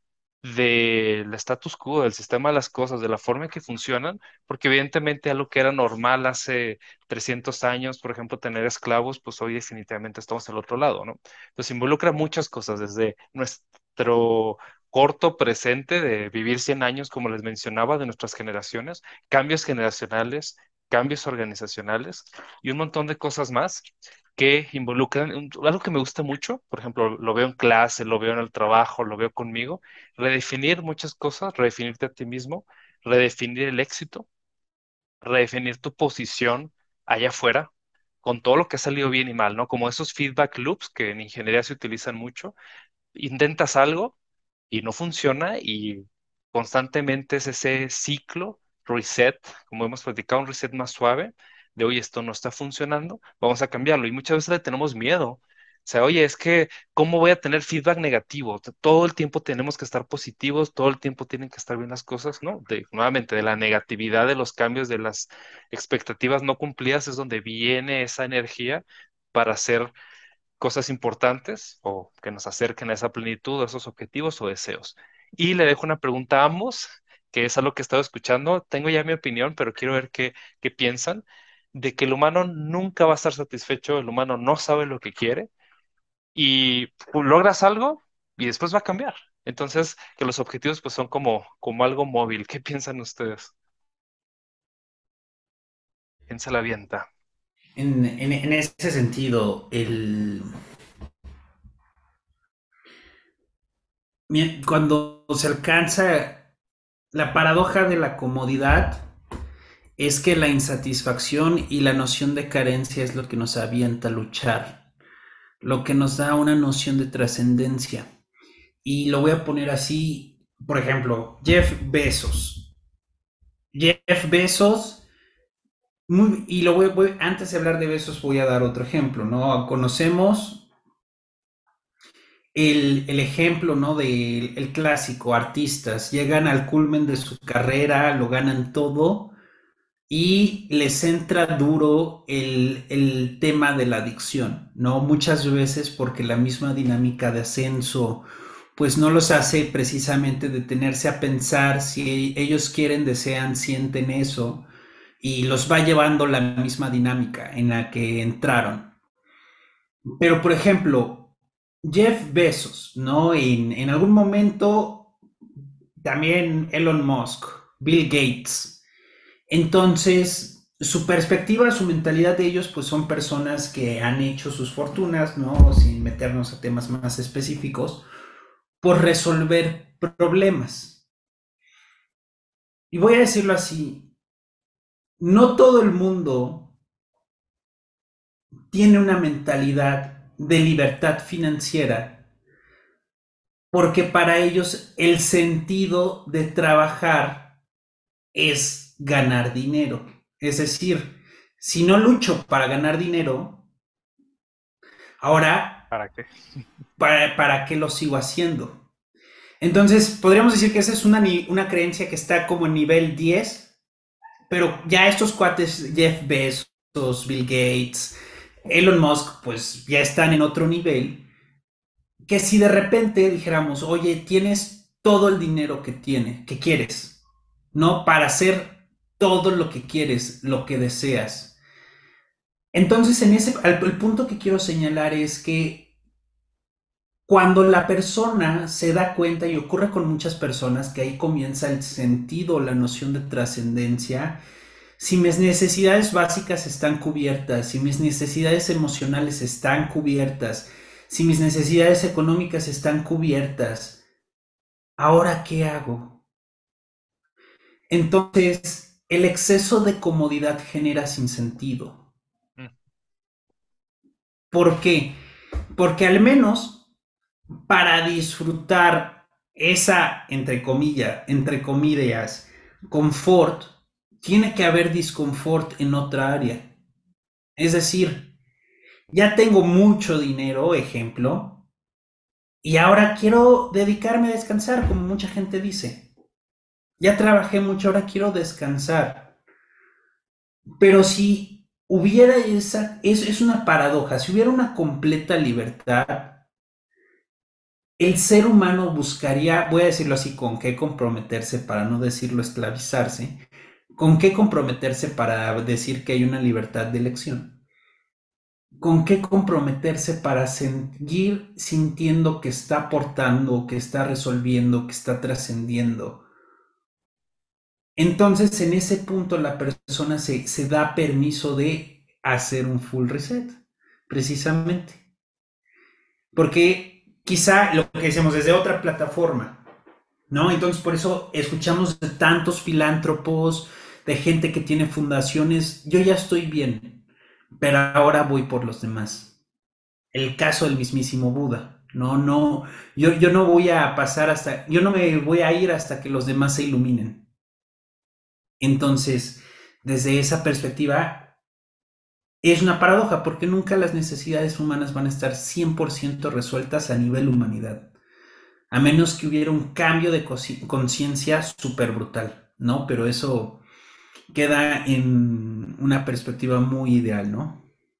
Speaker 1: del status quo, del sistema de las cosas, de la forma en que funcionan, porque evidentemente algo que era normal hace trescientos años, por ejemplo, tener esclavos, pues hoy definitivamente estamos al otro lado, ¿no? Entonces involucra muchas cosas, desde nuestro corto presente de vivir cien años, como les mencionaba, de nuestras generaciones, cambios generacionales, cambios organizacionales y un montón de cosas más que involucran un- algo que me gusta mucho, por ejemplo, lo veo en clase, lo veo en el trabajo, lo veo conmigo, redefinir muchas cosas, redefinirte a ti mismo, redefinir el éxito, redefinir tu posición allá afuera, con todo lo que ha salido bien y mal, ¿no? Como esos feedback loops que en ingeniería se utilizan mucho. Intentas algo y no funciona y constantemente es ese ciclo, reset, como hemos platicado, un reset más suave de, oye, esto no está funcionando, vamos a cambiarlo. Y muchas veces le tenemos miedo. O sea, oye, es que, ¿cómo voy a tener feedback negativo? T- Todo el tiempo tenemos que estar positivos, todo el tiempo tienen que estar bien las cosas, ¿no? De, nuevamente, de la negatividad de los cambios, de las expectativas no cumplidas, es donde viene esa energía para hacer cosas importantes o que nos acerquen a esa plenitud, a esos objetivos o deseos. Y le dejo una pregunta a ambos, que es algo que he estado escuchando. Tengo ya mi opinión, pero quiero ver qué, qué piensan, de que el humano nunca va a estar satisfecho, el humano no sabe lo que quiere y pues, logras algo y después va a cambiar. Entonces, que los objetivos pues son como, como algo móvil. ¿Qué piensan ustedes? ¿Quién se la avienta?
Speaker 2: En, en, en ese sentido, el, cuando se alcanza la paradoja de la comodidad es que la insatisfacción y la noción de carencia es lo que nos avienta a luchar, lo que nos da una noción de trascendencia. Y lo voy a poner así, por ejemplo, Jeff Bezos. Jeff Bezos, muy, y lo voy, voy, antes de hablar de Bezos voy a dar otro ejemplo, ¿no? Conocemos el, el ejemplo, ¿no? Del el clásico, artistas, llegan al culmen de su carrera, lo ganan todo y les entra duro el, el tema de la adicción, ¿no? Muchas veces porque la misma dinámica de ascenso, pues no los hace precisamente detenerse a pensar si ellos quieren, desean, sienten eso, y los va llevando la misma dinámica en la que entraron. Pero, por ejemplo, Jeff Bezos, ¿no? En, en algún momento también Elon Musk, Bill Gates. Entonces, su perspectiva, su mentalidad de ellos, pues son personas que han hecho sus fortunas, ¿no? Sin meternos a temas más específicos, por resolver problemas. Y voy a decirlo así, no todo el mundo tiene una mentalidad de libertad financiera, porque para ellos el sentido de trabajar es ganar dinero. Es decir, si no lucho para ganar dinero, ahora,
Speaker 1: ¿Para qué?
Speaker 2: ¿para, para qué lo sigo haciendo? Entonces, podríamos decir que esa es una, una creencia que está como en nivel diez, pero ya estos cuates, Jeff Bezos, Bill Gates, Elon Musk, pues ya están en otro nivel, que si de repente dijéramos, oye, tienes todo el dinero que tiene, que quieres, ¿no? Para hacer todo lo que quieres, lo que deseas. Entonces, en ese, el, el punto que quiero señalar es que cuando la persona se da cuenta, y ocurre con muchas personas, que ahí comienza el sentido, la noción de trascendencia. Si mis necesidades básicas están cubiertas, si mis necesidades emocionales están cubiertas, si mis necesidades económicas están cubiertas, ¿ahora qué hago? Entonces, el exceso de comodidad genera sinsentido. ¿Por qué? Porque al menos para disfrutar esa, entre comillas, entre comillas, confort, tiene que haber disconfort en otra área. Es decir, ya tengo mucho dinero, ejemplo, y ahora quiero dedicarme a descansar, como mucha gente dice. Ya trabajé mucho, ahora quiero descansar. Pero si hubiera esa, es, es una paradoja, si hubiera una completa libertad, el ser humano buscaría, voy a decirlo así, con qué comprometerse para no decirlo esclavizarse, con qué comprometerse para decir que hay una libertad de elección, con qué comprometerse para seguir sintiendo que está aportando, que está resolviendo, que está trascendiendo. Entonces, en ese punto, la persona se, se da permiso de hacer un full reset, precisamente. Porque quizá lo que decimos desde otra plataforma, ¿no? Entonces, por eso escuchamos de tantos filántropos, de gente que tiene fundaciones. Yo ya estoy bien, pero ahora voy por los demás. El caso del mismísimo Buda. No, no, yo, yo no voy a pasar hasta, yo no me voy a ir hasta que los demás se iluminen. Entonces, desde esa perspectiva, es una paradoja porque nunca las necesidades humanas van a estar cien por ciento resueltas a nivel humanidad, a menos que hubiera un cambio de conciencia súper brutal, ¿no? Pero eso queda en una perspectiva muy ideal, ¿no?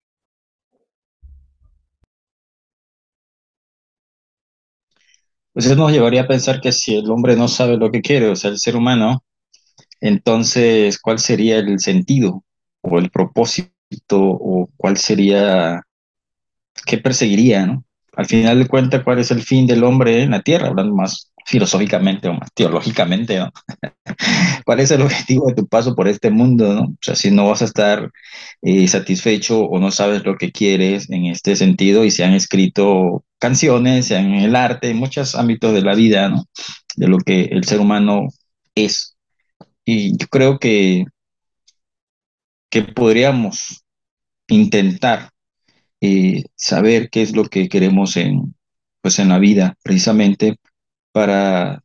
Speaker 3: Pues eso nos llevaría a pensar que si el hombre no sabe lo que quiere, o sea, el ser humano, entonces, ¿cuál sería el sentido o el propósito o cuál sería, qué perseguiría, ¿no? Al final de cuentas, ¿cuál es el fin del hombre en la Tierra? Hablando más filosóficamente o más teológicamente, ¿no? ¿Cuál es el objetivo de tu paso por este mundo, ¿no? O sea, si no vas a estar eh, satisfecho o no sabes lo que quieres en este sentido, y se han escrito canciones, se han en el arte, en muchos ámbitos de la vida, ¿no? De lo que el ser humano es. Y yo creo que, que podríamos intentar eh, saber qué es lo que queremos en, pues en la vida, precisamente para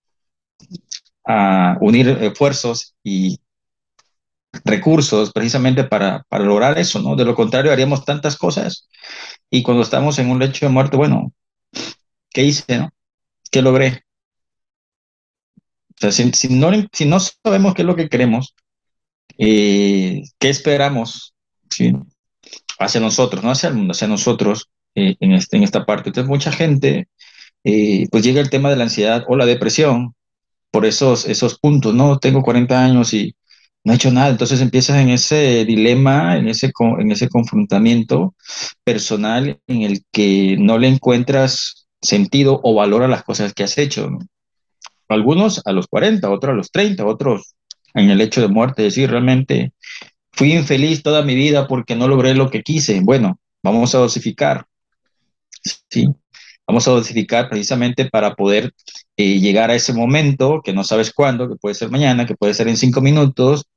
Speaker 3: a unir esfuerzos y recursos precisamente para, para lograr eso, ¿no? De lo contrario, haríamos tantas cosas y cuando estamos en un lecho de muerte, bueno, ¿qué hice, no? ¿Qué logré? O sea, si, si no, si no sabemos qué es lo que queremos, eh, ¿qué esperamos? ¿Sí? Hacia nosotros, no hacia el mundo, hacia nosotros eh, en, este, en esta parte. Entonces, mucha gente, eh, pues llega el tema de la ansiedad o la depresión por esos, esos puntos, ¿no? Tengo cuarenta años y no he hecho nada, entonces empiezas en ese dilema, en ese, co- en ese confrontamiento personal en el que no le encuentras sentido o valor a las cosas que has hecho, ¿no? Algunos a los cuarenta, otros a los treinta, otros en el hecho de muerte, decir, realmente fui infeliz toda mi vida porque no logré lo que quise. Bueno, vamos a dosificar, ¿sí? Vamos a dosificar precisamente para poder eh, llegar a ese momento que no sabes cuándo, que puede ser mañana, que puede ser en cinco minutos,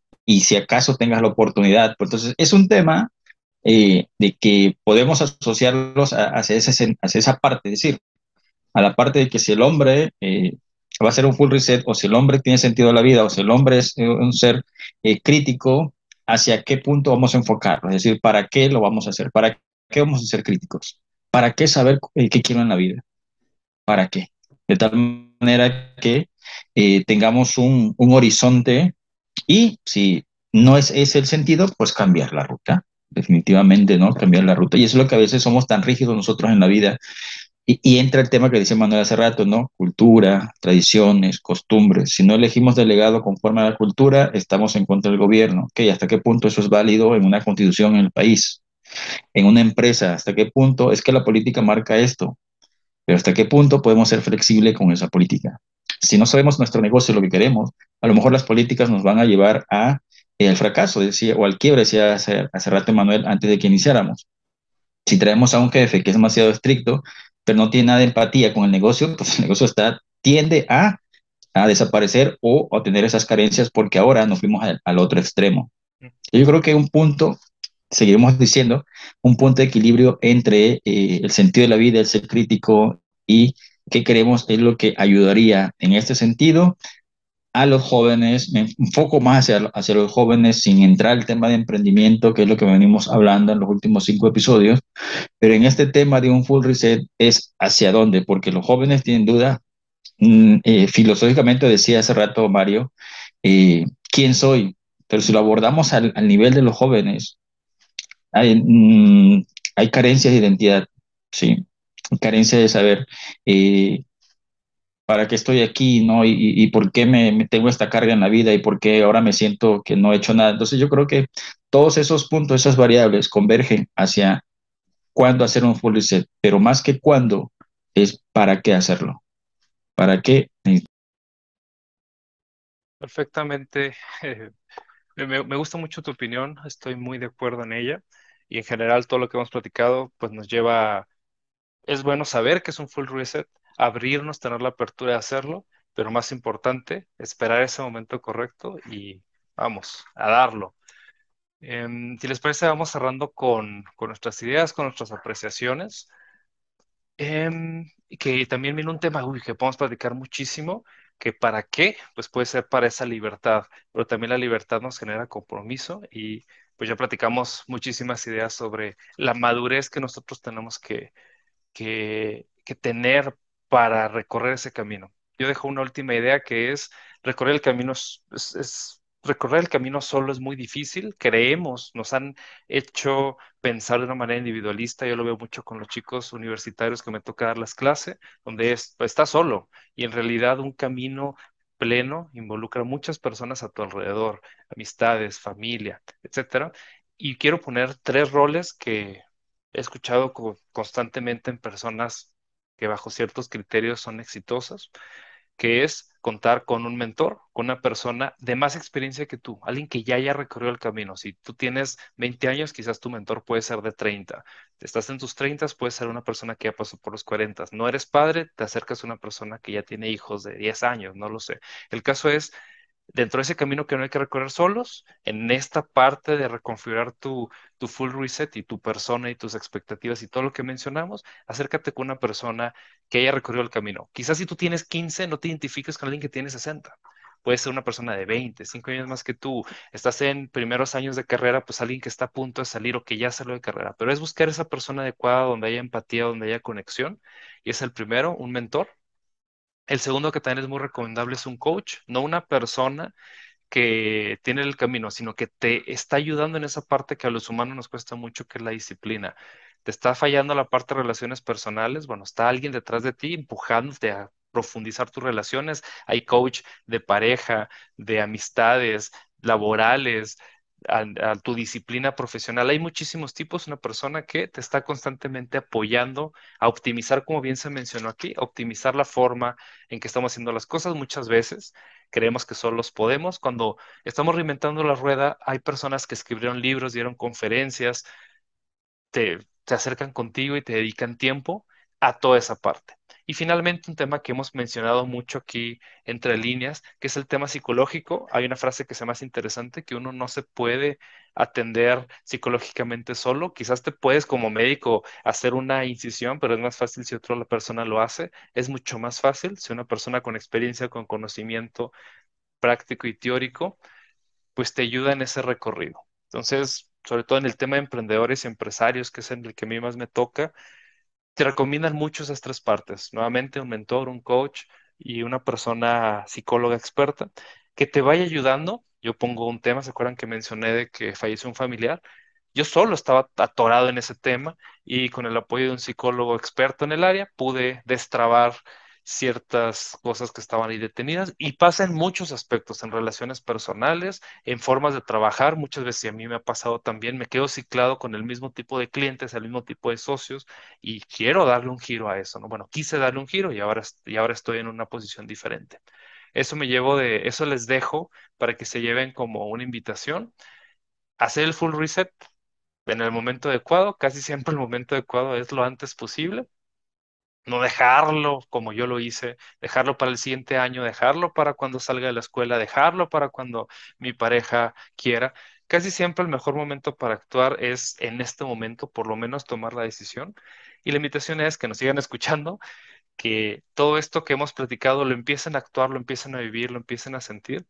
Speaker 3: y si acaso tengas la oportunidad. Pues entonces, es un tema eh, de que podemos asociarlos a- hacia, ese, hacia esa parte, es decir, a la parte de que si el hombre eh, va a ser un full reset, o si el hombre tiene sentido de la vida, o si el hombre es eh, un ser eh, crítico, hacia qué punto vamos a enfocarlo, es decir, ¿para qué lo vamos a hacer? ¿Para qué vamos a ser críticos? ¿Para qué saber eh, qué quiero en la vida? ¿Para qué? De tal manera que eh, tengamos un, un horizonte y si no es ese el sentido, pues cambiar la ruta. Definitivamente, ¿no? Cambiar la ruta. Y eso es lo que a veces somos tan rígidos nosotros en la vida. Y, y entra el tema que decía Manuel hace rato, ¿no? Cultura, tradiciones, costumbres. Si no elegimos delegado conforme a la cultura, estamos en contra del gobierno. ¿Ok? ¿Hasta qué punto eso es válido en una constitución en el país? En una empresa, ¿hasta qué punto es que la política marca esto? Pero ¿hasta qué punto podemos ser flexibles con esa política? Si no sabemos nuestro negocio, lo que queremos, a lo mejor las políticas nos van a llevar a eh, al fracaso, decía, o al quiebre, decía hace, hace rato Manuel, antes de que iniciáramos. Si traemos a un jefe que es demasiado estricto, pero no tiene nada de empatía con el negocio, pues el negocio está, tiende a, a desaparecer o a tener esas carencias porque ahora nos fuimos al, al otro extremo. Yo creo que un punto, seguiremos diciendo, un punto de equilibrio entre eh, el sentido de la vida, el ser crítico y qué queremos es lo que ayudaría en este sentido a los jóvenes, me enfoco más hacia, hacia los jóvenes sin entrar al tema de emprendimiento, que es lo que venimos hablando en los últimos cinco episodios, pero en este tema de un full reset es hacia dónde, porque los jóvenes tienen duda, mm, eh, filosóficamente decía hace rato Mario, eh, ¿quién soy? Pero si lo abordamos al, al nivel de los jóvenes, hay, mm, hay carencias de identidad, sí, carencia de saber eh, para qué estoy aquí, ¿no? Y, y- y por qué me, me tengo esta carga en la vida y por qué ahora me siento que no he hecho nada. Entonces yo creo que todos esos puntos, esas variables convergen hacia cuándo hacer un full reset, pero más que cuándo es para qué hacerlo, para qué.
Speaker 1: Perfectamente. eh, Me, me gusta mucho tu opinión, estoy muy de acuerdo en ella y en general todo lo que hemos platicado pues nos lleva, es bueno saber que es un full reset, abrirnos, tener la apertura de hacerlo, pero más importante, esperar ese momento correcto y vamos, a darlo. Em, si les parece, vamos cerrando con, con nuestras ideas, con nuestras apreciaciones. Em, y que también viene un tema, uy, que podemos platicar muchísimo, que para qué, pues puede ser para esa libertad, pero también la libertad nos genera compromiso y pues ya platicamos muchísimas ideas sobre la madurez que nosotros tenemos que, que, que tener para recorrer ese camino. Yo dejo una última idea que es recorrer el camino, es, es- es- recorrer el camino solo es muy difícil. Creemos, nos han hecho pensar de una manera individualista. Yo lo veo mucho con los chicos universitarios que me toca dar las clases, donde es, pues, estás solo y en realidad un camino pleno involucra a muchas personas a tu alrededor, amistades, familia, etcétera. Y quiero poner tres roles que he escuchado co- constantemente en personas que bajo ciertos criterios son exitosas, que es contar con un mentor, con una persona de más experiencia que tú, alguien que ya haya recorrido el camino. Si tú tienes veinte años, quizás tu mentor puede ser de treinta. Estás en tus treinta, puede ser una persona que ya pasó por los cuarenta. No eres padre, te acercas a una persona que ya tiene hijos de diez años, no lo sé. El caso es dentro de ese camino que no hay que recorrer solos, en esta parte de reconfigurar tu, tu full reset y tu persona y tus expectativas y todo lo que mencionamos, acércate con una persona que haya recorrido el camino. Quizás si tú tienes quince, no te identifiques con alguien que tiene sesenta. Puede ser una persona de veinte, cinco años más que tú. Estás en primeros años de carrera, pues alguien que está a punto de salir o que ya salió de carrera. Pero es buscar esa persona adecuada donde haya empatía, donde haya conexión. Y es el primero, un mentor. El segundo que también es muy recomendable es un coach, no una persona que tiene el camino, sino que te está ayudando en esa parte que a los humanos nos cuesta mucho, que es la disciplina. Te está fallando la parte de relaciones personales, bueno, está alguien detrás de ti empujándote a profundizar tus relaciones. Hay coach de pareja, de amistades, laborales, a, a tu disciplina profesional. Hay muchísimos tipos. Una persona que te está constantemente apoyando a optimizar, como bien se mencionó aquí, a optimizar la forma en que estamos haciendo las cosas muchas veces. Creemos que solos podemos. Cuando estamos reinventando la rueda, hay personas que escribieron libros, dieron conferencias, te, te acercan contigo y te dedican tiempo a toda esa parte. Y finalmente, un tema que hemos mencionado mucho aquí entre líneas, que es el tema psicológico. Hay una frase que se me hace interesante, que uno no se puede atender psicológicamente solo. Quizás te puedes como médico hacer una incisión, pero es más fácil si otra persona lo hace. Es mucho más fácil si una persona con experiencia, con conocimiento práctico y teórico, pues te ayuda en ese recorrido. Entonces, sobre todo en el tema de emprendedores y empresarios, que es en el que a mí más me toca, te recomiendan mucho esas tres partes. Nuevamente, un mentor, un coach y una persona psicóloga experta que te vaya ayudando. Yo pongo un tema, ¿se acuerdan que mencioné de que falleció un familiar? Yo solo estaba atorado en ese tema y con el apoyo de un psicólogo experto en el área pude destrabar ciertas cosas que estaban ahí detenidas y pasa en muchos aspectos, en relaciones personales, en formas de trabajar. Muchas veces, y a mí me ha pasado también, me quedo ciclado con el mismo tipo de clientes, el mismo tipo de socios y quiero darle un giro a eso, ¿no? Bueno, quise darle un giro y ahora, y ahora estoy en una posición diferente. Eso me llevo de, eso les dejo para que se lleven como una invitación, hacer el full reset en el momento adecuado. Casi siempre el momento adecuado es lo antes posible. No dejarlo como yo lo hice, dejarlo para el siguiente año, dejarlo para cuando salga de la escuela, dejarlo para cuando mi pareja quiera. Casi siempre el mejor momento para actuar es en este momento, por lo menos tomar la decisión. Y la invitación es que nos sigan escuchando, que todo esto que hemos platicado lo empiecen a actuar, lo empiecen a vivir, lo empiecen a sentir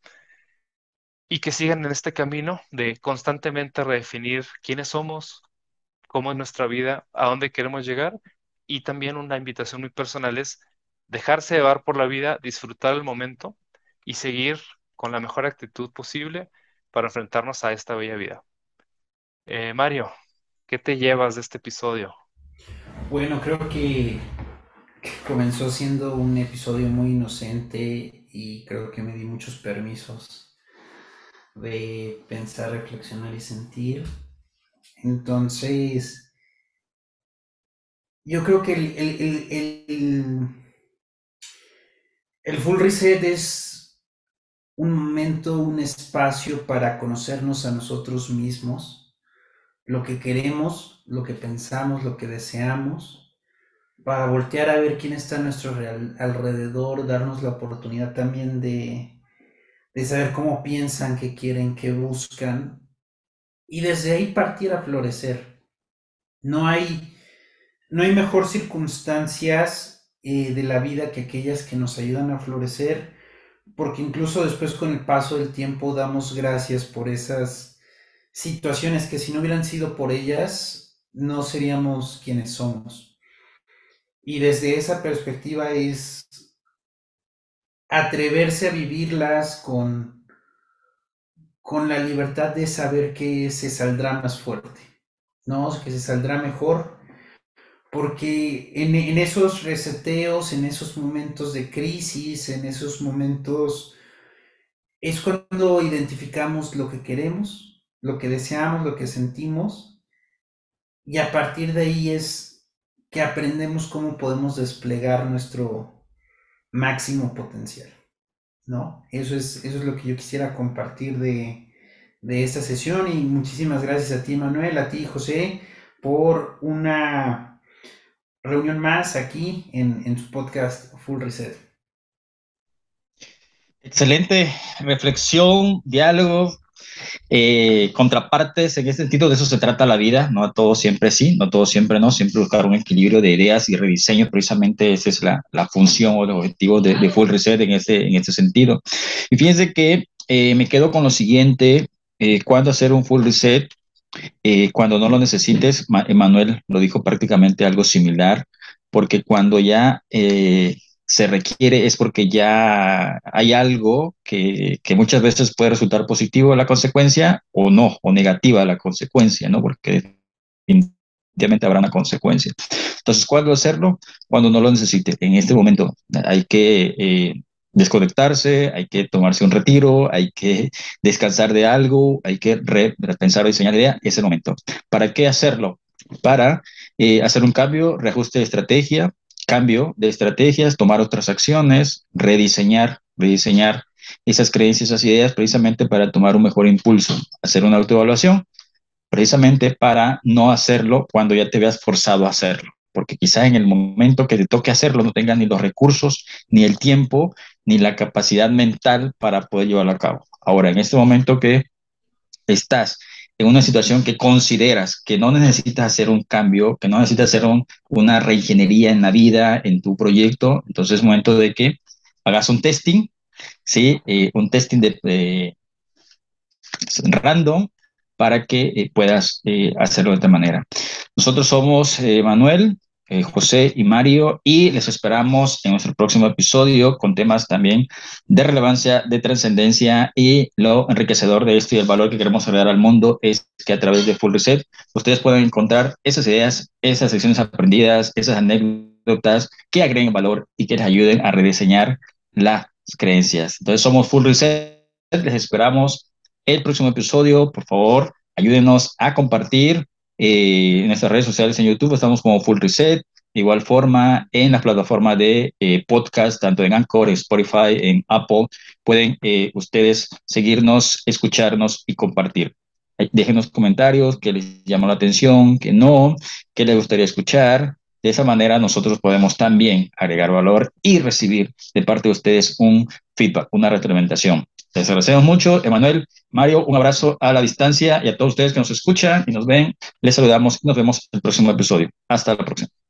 Speaker 1: y que sigan en este camino de constantemente redefinir quiénes somos, cómo es nuestra vida, a dónde queremos llegar. Y también una invitación muy personal es dejarse llevar por la vida, disfrutar el momento y seguir con la mejor actitud posible para enfrentarnos a esta bella vida. Eh, Mario, ¿qué te llevas de este episodio?
Speaker 2: Bueno, creo que comenzó siendo un episodio muy inocente y creo que me di muchos permisos de pensar, reflexionar y sentir. Entonces, yo creo que el, el, el, el, el full reset es un momento, un espacio para conocernos a nosotros mismos, lo que queremos, lo que pensamos, lo que deseamos, para voltear a ver quién está a nuestro real, alrededor, darnos la oportunidad también de, de saber cómo piensan, qué quieren, qué buscan, y desde ahí partir a florecer. No hay, no hay mejor circunstancias eh, de la vida que aquellas que nos ayudan a florecer, porque incluso después con el paso del tiempo damos gracias por esas situaciones que si no hubieran sido por ellas, no seríamos quienes somos. Y desde esa perspectiva es atreverse a vivirlas con, con la libertad de saber que se saldrá más fuerte, ¿no? Que se saldrá mejor, porque en, en esos reseteos, en esos momentos de crisis, en esos momentos, es cuando identificamos lo que queremos, lo que deseamos, lo que sentimos, y a partir de ahí es que aprendemos cómo podemos desplegar nuestro, máximo potencial, ¿no? Eso es, eso es lo que yo quisiera compartir de, de esta sesión y muchísimas gracias a ti, Manuel, a ti, José, por una reunión más aquí en, en su podcast Full Reset.
Speaker 3: Excelente reflexión, diálogo, eh, contrapartes. En ese sentido, de eso se trata la vida. No a todo siempre sí, no todo siempre no. Siempre buscar un equilibrio de ideas y rediseño. Precisamente esa es la, la función o el objetivo de, de Full Reset en este, en este sentido. Y fíjense que eh, me quedo con lo siguiente. Eh, ¿Cuándo hacer un Full Reset? Eh, cuando no lo necesites. Ma Emanuel lo dijo prácticamente algo similar, porque cuando ya eh, se requiere es porque ya hay algo que, que muchas veces puede resultar positivo la consecuencia o no, o negativa la consecuencia, ¿no? Porque definitivamente habrá una consecuencia. Entonces, ¿cuándo hacerlo? Cuando no lo necesite. En este momento hay que eh, desconectarse, hay que tomarse un retiro, hay que descansar de algo, hay que repensar o diseñar la idea, es el momento. ¿Para qué hacerlo? Para eh, hacer un cambio, reajuste de estrategia, cambio de estrategias, tomar otras acciones, rediseñar, rediseñar esas creencias, esas ideas, precisamente para tomar un mejor impulso, hacer una autoevaluación, precisamente para no hacerlo cuando ya te veas forzado a hacerlo, porque quizás en el momento que te toque hacerlo no tengas ni los recursos, ni el tiempo, ni la capacidad mental para poder llevarlo a cabo. Ahora, en este momento que estás en una situación que consideras que no necesitas hacer un cambio, que no necesitas hacer un, una reingeniería en la vida, en tu proyecto, entonces es momento de que hagas un testing, ¿sí? Eh, un testing de, de random para que eh, puedas eh, hacerlo de esta manera. Nosotros somos eh, Manuel, eh, José y Mario y les esperamos en nuestro próximo episodio con temas también de relevancia, de trascendencia y lo enriquecedor de esto y el valor que queremos agregar al mundo es que a través de Full Reset ustedes pueden encontrar esas ideas, esas secciones aprendidas, esas anécdotas que agreguen valor y que les ayuden a rediseñar las creencias. Entonces somos Full Reset, les esperamos el próximo episodio. Por favor, ayúdenos a compartir eh, en nuestras redes sociales en YouTube. Estamos como Full Reset. De igual forma, en las plataformas de eh, podcast, tanto en Anchor, en Spotify, en Apple, pueden eh, ustedes seguirnos, escucharnos y compartir. Déjenos comentarios, qué les llamó la atención, qué no, qué les gustaría escuchar. De esa manera nosotros podemos también agregar valor y recibir de parte de ustedes un feedback, una retroalimentación. Les agradecemos mucho, Emanuel, Mario, un abrazo a la distancia y a todos ustedes que nos escuchan y nos ven. Les saludamos y nos vemos en el próximo episodio. Hasta la próxima.